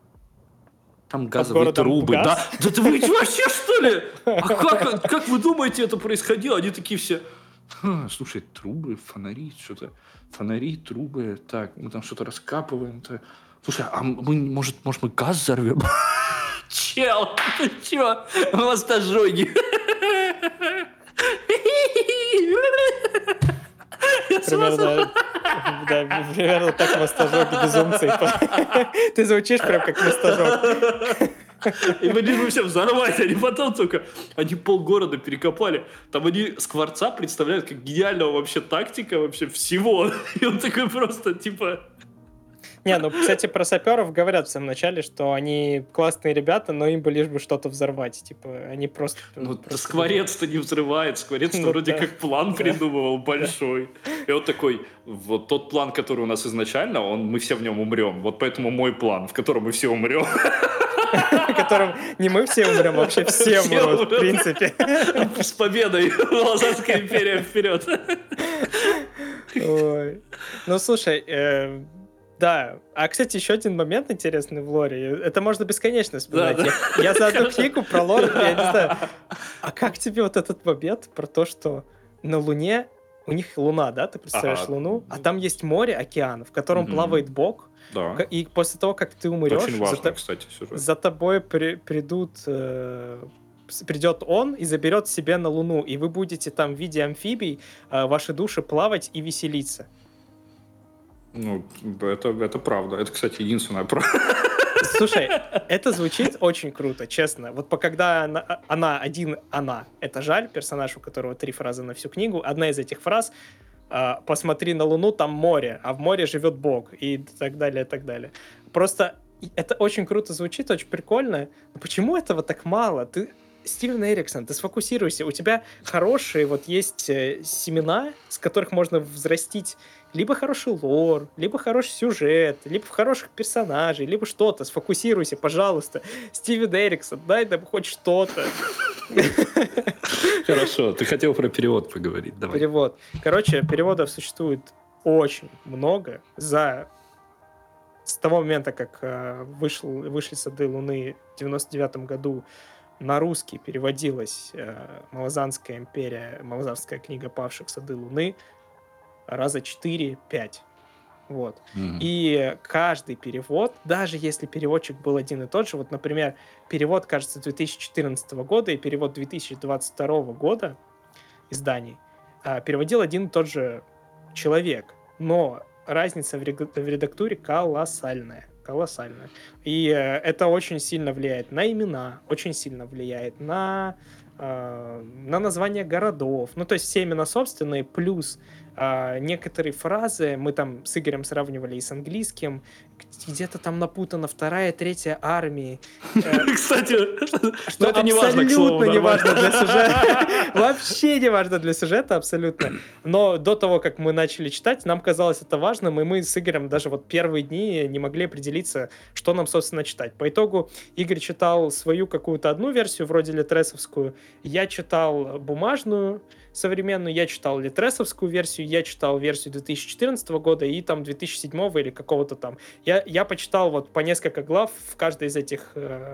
S1: там газовые трубы. Да ты вы вообще, что ли? А как вы думаете, это происходило? Они такие все... Слушай, трубы, фонари, что-то... Фонари, трубы, так, мы там что-то раскапываем. Слушай, а мы, может мы газ взорвем? Чел, ты чё? Мастожоги.
S2: Примерно так мастожоги безумцы. Ты звучишь прям как мастожог.
S1: И мы лишь бы все взорвать, они потом только... Они полгорода перекопали. Там они Скворца представляют как гениального вообще тактика вообще всего. И он такой просто, типа...
S2: Не, ну, кстати, про саперов говорят в самом начале, что они классные ребята, но им бы лишь бы что-то взорвать. Типа, они просто...
S1: Ну, Скворец-то не взрывает. Скворец-то вроде как план придумывал большой. И он такой, вот тот план, который у нас изначально, мы все в нем умрем. Вот поэтому мой план, в котором мы все умрем.
S2: В котором не мы все умрем, а вообще все умрут, в принципе.
S1: С победой! Лазанская империя вперед!
S2: Ой. Ну, слушай... Да. А, кстати, еще один момент интересный в лоре. Это можно бесконечно вспоминать. Да. Я за одну книгу про лор, я не знаю. А как тебе вот этот момент про то, что на Луне, у них Луна, да, ты представляешь Луну, а там есть море, океан, в котором плавает Бог,
S1: да.
S2: И после того, как ты умрешь,
S1: очень важно, кстати, сюжет.
S2: За тобой придет он и заберет себе на Луну, и вы будете там в виде амфибий, ваши души плавать и веселиться.
S1: Ну, это правда. Это, кстати, единственная правда.
S2: Слушай, это звучит очень круто, честно. Вот когда она, это Жаль, персонаж, у которого 3 фразы на всю книгу, одна из этих фраз «Посмотри на Луну, там море, а в море живет Бог», и так далее, и так далее. Просто это очень круто звучит, очень прикольно. Но почему этого так мало? Стивен Эриксон, ты сфокусируйся. У тебя хорошие вот есть семена, с которых можно взрастить либо хороший лор, либо хороший сюжет, либо хороших персонажей, либо что-то. Сфокусируйся, пожалуйста. Стивен Эриксон, дай нам хоть что-то.
S1: Хорошо, ты хотел про перевод поговорить. Давай.
S2: Перевод. Короче, переводов существует очень много. С того момента, как вышли «Сады Луны» в 99 году, на русский переводилась Малазанская империя, Малазанская книга павших «Сады Луны» раза 4-5. Вот. И каждый перевод, даже если переводчик был один и тот же, вот, например, перевод, кажется, 2014 года и перевод 2022 года изданий, переводил один и тот же человек, но разница в редактуре колоссальная. Колоссальная. И это очень сильно влияет на имена, очень сильно влияет на названия городов. Ну, то есть все имена собственные, плюс некоторые фразы мы там с Игорем сравнивали и с английским, где-то там напутана вторая, третья армии.
S1: Кстати,
S2: Что
S1: это не важно, к слову,
S2: абсолютно не важно
S1: нормально.
S2: для сюжета. Вообще не важно для сюжета, абсолютно. Но до того, как мы начали читать, нам казалось это важным, и мы с Игорем даже вот первые дни не могли определиться, что нам, собственно, читать. По итогу Игорь читал свою какую-то одну версию, вроде литресовскую, я читал бумажную, современную, я читал литресовскую версию, я читал версию 2014 года и там 2007 или какого-то там. Я почитал вот по несколько глав в каждой из этих,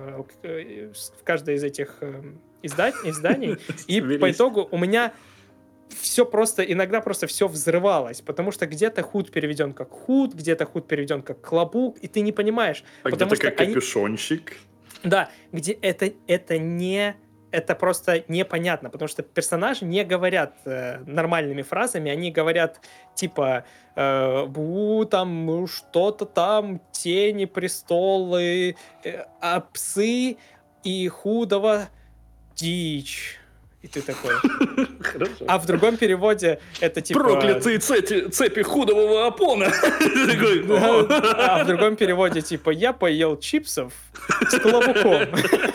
S2: изданий, и по итогу у меня все просто, иногда просто все взрывалось, потому что где-то худ переведен как худ, где-то худ переведен как клобук, и ты не понимаешь.
S1: А
S2: потому
S1: где-то
S2: что
S1: как капюшончик.
S2: Да, где это просто непонятно, потому что персонажи не говорят нормальными фразами, они говорят типа там что-то там, тени, престолы, псы и худого дичь. И ты такой.
S1: Хорошо.
S2: А в другом переводе это типа...
S1: Проклятые цепи худового опона.
S2: А в другом переводе типа я поел чипсов с колобуком.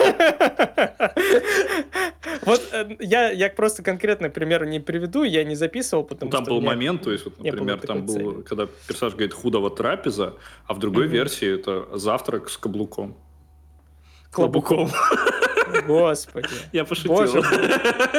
S2: Вот я просто конкретный пример не приведу, я не записывал, потому что...
S1: Там был момент, то есть, вот, например, там был, когда персонаж говорит худого трапеза, а в другой версии это завтрак с каблуком. Клобуком.
S2: Господи.
S1: Я пошутил.
S2: Боже мой.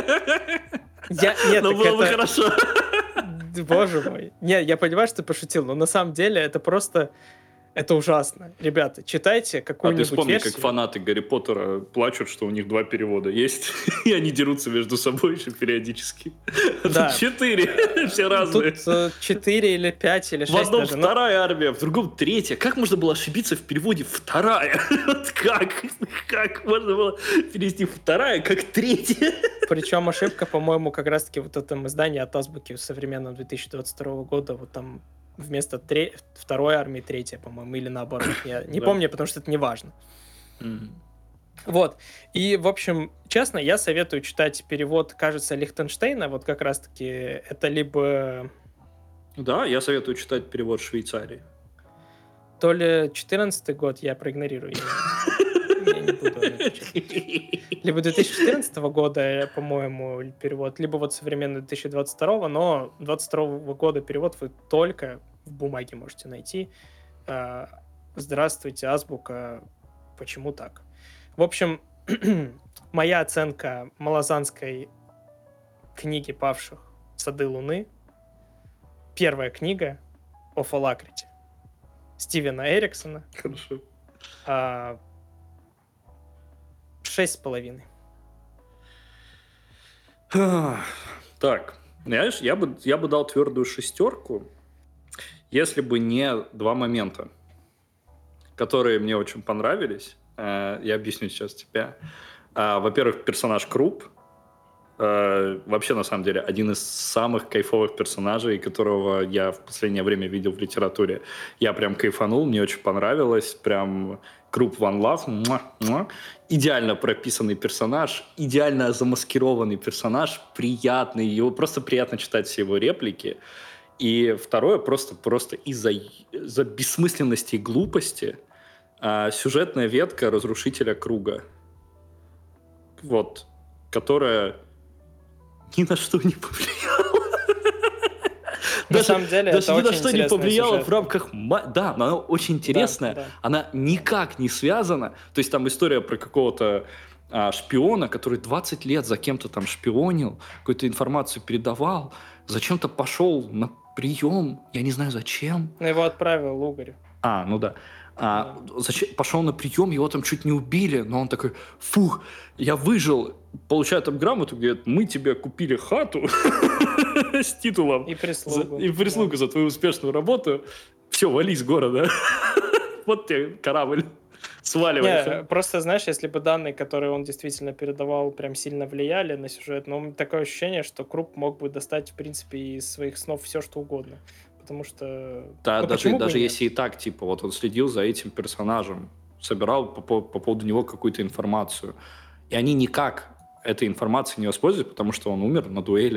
S2: Нет,
S1: но было бы хорошо.
S2: Боже мой. Не, я понимаю, что ты пошутил, но на самом деле это просто... Это ужасно. Ребята, читайте какую-нибудь
S1: ты вспомни,
S2: версию.
S1: как фанаты Гарри Поттера плачут, что у них 2 перевода есть, и они дерутся между собой еще периодически.
S2: Да.
S1: 4, все разные.
S2: Тут 4 или 5 или 6
S1: В одном
S2: даже.
S1: вторая армия, в другом третья. Как можно было ошибиться в переводе вторая? Как можно было перевести вторая как третья?
S2: Причем ошибка, по-моему, как раз-таки вот в этом издании от Азбуки в современном 2022 года, вот там вместо второй армии третья, по-моему, или наоборот. Я не помню, потому что это не важно. Вот. И, в общем, честно, я советую читать перевод, кажется, Лихтенштейна. Вот как раз-таки это либо...
S1: Да, я советую читать перевод Швейцарии.
S2: То ли 14-й год, я проигнорирую. Я не буду отвечать. Либо 2014 года, по-моему, перевод, либо вот современный 2022, но 2022 года перевод вы только в бумаге можете найти. Здравствуйте, Азбука. Почему так? В общем, моя оценка малазанской книги павших «Сады Луны». Первая книга о Фалакрите Стивена Эриксона.
S1: Хорошо.
S2: 6,5.
S1: Так, знаешь, я бы дал твердую 6, если бы не 2 момента, которые мне очень понравились. Я объясню сейчас тебе. Во-первых, персонаж Круп. Вообще, на самом деле, один из самых кайфовых персонажей, которого я в последнее время видел в литературе. Я прям кайфанул, мне очень понравилось. Прям Круп One Love. Идеально прописанный персонаж, идеально замаскированный персонаж, приятный. Его просто приятно читать все его реплики. И второе, просто из-за бессмысленности и глупости сюжетная ветка Разрушителя Круга. Вот. Которая ни на что не повлияла.
S2: На самом деле,
S1: даже
S2: это
S1: ни на
S2: очень
S1: что не повлияла
S2: сюжет.
S1: в рамках... Да, но она очень интересная.
S2: Да.
S1: Она никак не связана. То есть там история про какого-то шпиона, который 20 лет за кем-то там шпионил, какую-то информацию передавал, зачем-то пошел на прием, я не знаю зачем.
S2: Но его отправил Лугарь.
S1: Ну да. Пошел на прием, его там чуть не убили, но он такой, фух, я выжил, получает там грамоту, говорит, мы тебе купили хату с титулом
S2: и прислугу.
S1: И прислугу за твою успешную работу. Все, вали из города. Вот тебе корабль. Сваливайся.
S2: Просто, знаешь, если бы данные, которые он действительно передавал, прям сильно влияли на сюжет, но такое ощущение, что Круп мог бы достать, в принципе, из своих снов все, что угодно. Потому что...
S1: Да, даже если и так, типа, вот он следил за этим персонажем, собирал по поводу него какую-то информацию, и они никак этой информацией не воспользовались, потому что он умер на дуэли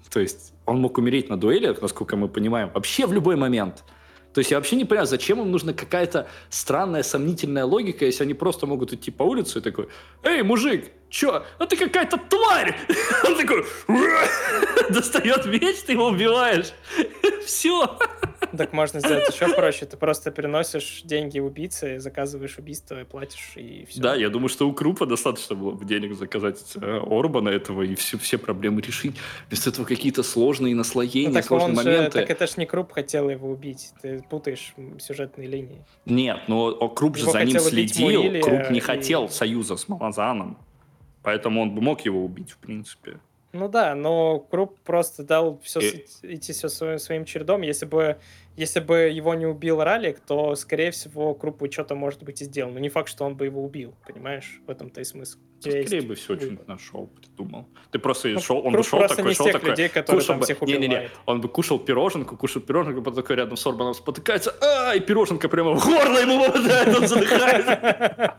S1: То есть он мог умереть на дуэли, насколько мы понимаем, вообще в любой момент. То есть я вообще не понимаю, зачем им нужна какая-то странная, сомнительная логика, если они просто могут идти по улице и такой: «Эй, мужик, чё? А ты какая-то тварь!» Он такой достает меч, ты его убиваешь. Все.
S2: Так можно сделать еще проще. Ты просто переносишь деньги убийцы, заказываешь убийство и платишь, и все.
S1: Да, я думаю, что у Крупа достаточно было бы денег заказать Орбана этого и все проблемы решить. Вместо этого какие-то сложные наслоения, сложные моменты.
S2: Так это ж не Круп хотел его убить. Ты путаешь сюжетные линии.
S1: Нет, но Круп же
S2: Его
S1: за ним
S2: хотел убить
S1: следил.
S2: Муилия
S1: Круп не
S2: и-
S1: хотел союза с Малазаном. Поэтому он бы мог его убить, в принципе.
S2: Ну да, но Круп просто дал все
S1: И-
S2: идти все своим чередом. Если бы его не убил Ралик, то, скорее всего, Крупу что-то, может быть, и сделал. Но не факт, что он бы его убил, понимаешь? В этом-то и смысл. У тебя
S1: Скорее
S2: есть
S1: бы все
S2: выбор.
S1: что-нибудь нашел, придумал. Ты просто
S2: Ну,
S1: шел, он бы
S2: Круп
S1: шел
S2: просто
S1: такой,
S2: не из тех людей, которые
S1: кушал
S2: там
S1: бы,
S2: всех
S1: не-не-не,
S2: убивает.
S1: он бы кушал пироженку, потом такой рядом с Орбаном спотыкается, и пироженка прямо в горло ему попадает, он задыхается.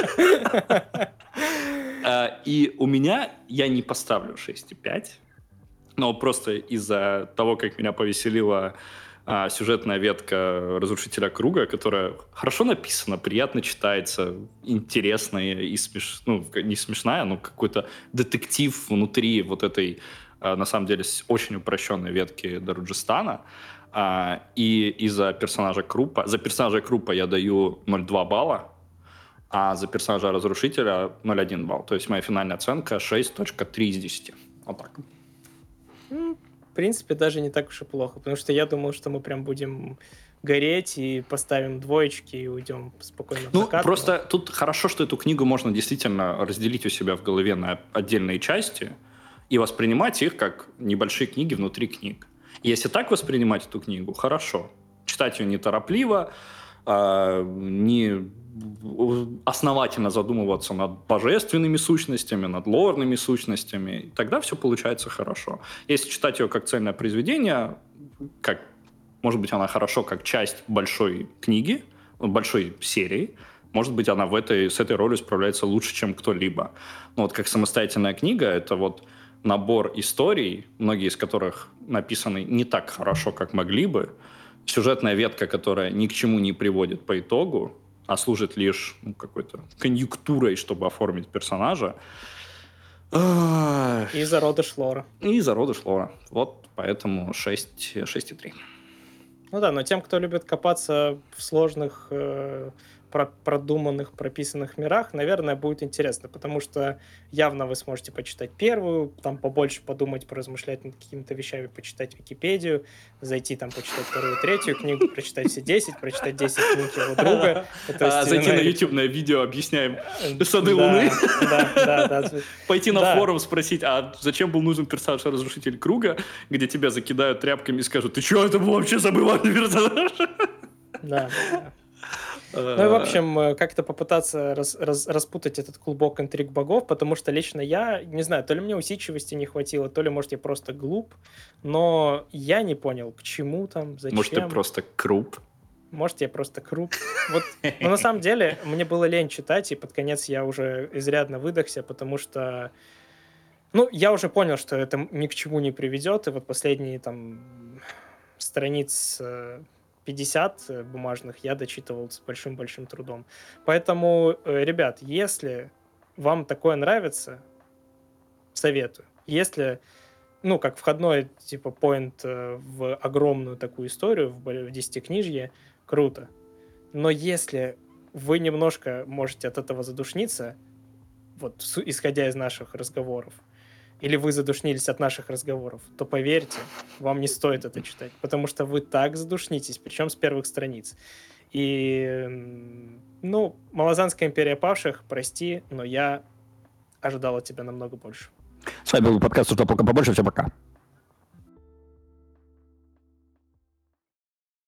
S1: И у меня, я не поставлю 6,5, но просто из-за того, как меня повеселила сюжетная ветка «Разрушителя круга», которая хорошо написана, приятно читается, интересная и не смешная, но какой-то детектив внутри вот этой, на самом деле, очень упрощенной ветки Даруджистана. И из-за персонажа Крупа... За персонажа Крупа я даю 0,2 балла, а за персонажа Разрушителя 0,1 балл. То есть моя финальная оценка 6.3 из 10. Вот так.
S2: В принципе, даже не так уж и плохо, потому что я думал, что мы прям будем гореть и поставим двоечки и уйдем спокойно в
S1: Ну,
S2: закат.
S1: просто тут хорошо, что эту книгу можно действительно разделить у себя в голове на отдельные части и воспринимать их как небольшие книги внутри книг. И если так воспринимать эту книгу, хорошо. Читать ее неторопливо, не основательно задумываться над божественными сущностями, над лорными сущностями, и тогда все получается хорошо. Если читать ее как цельное произведение, может быть, она хорошо как часть большой книги, большой серии, может быть, она с этой ролью справляется лучше, чем кто-либо. Но вот как самостоятельная книга, это вот набор историй, многие из которых написаны не так хорошо, как могли бы, сюжетная ветка, которая ни к чему не приводит по итогу, а служит лишь какой-то конъюнктурой, чтобы оформить персонажа.
S2: И зародыш лора.
S1: И зародыш лора. Вот поэтому 6,3.
S2: Ну да, но тем, кто любит копаться в сложных, продуманных, прописанных мирах, наверное, будет интересно, потому что явно вы сможете почитать первую, там побольше подумать, поразмышлять над какими-то вещами, почитать Википедию, зайти там почитать вторую, третью книгу, прочитать все 10, прочитать 10 книг его друга.
S1: Зайти на ютубное видео, объясняем «Сады Луны».
S2: Да.
S1: Пойти на форум, спросить, а зачем был нужен персонаж Разрушитель Круга, где тебя закидают тряпками и скажут: ты что, это был вообще забываемый персонаж?
S2: Да. Ну и, в общем, как-то попытаться распутать этот клубок интриг богов, потому что лично я, не знаю, то ли мне усидчивости не хватило, то ли, может, я просто глуп, но я не понял, к чему там, зачем.
S1: Может, ты просто Круп?
S2: Может, я просто Круп. Вот. Но на самом деле мне было лень читать, и под конец я уже изрядно выдохся, потому что, я уже понял, что это ни к чему не приведет, и вот последние там страниц 50 бумажных я дочитывал с большим-большим трудом. Поэтому, ребят, если вам такое нравится, советую. Если, как входной, типа, поинт в огромную такую историю, в 10-книжье, круто. Но если вы немножко можете от этого задушниться, вот, исходя из наших разговоров, или вы задушнились от наших разговоров, то поверьте, вам не стоит это читать, потому что вы так задушнитесь, причем с первых страниц. И, Малазанская империя павших, прости, но я ожидал от тебя намного больше.
S3: С вами был подкаст «Что побольше». Всем пока.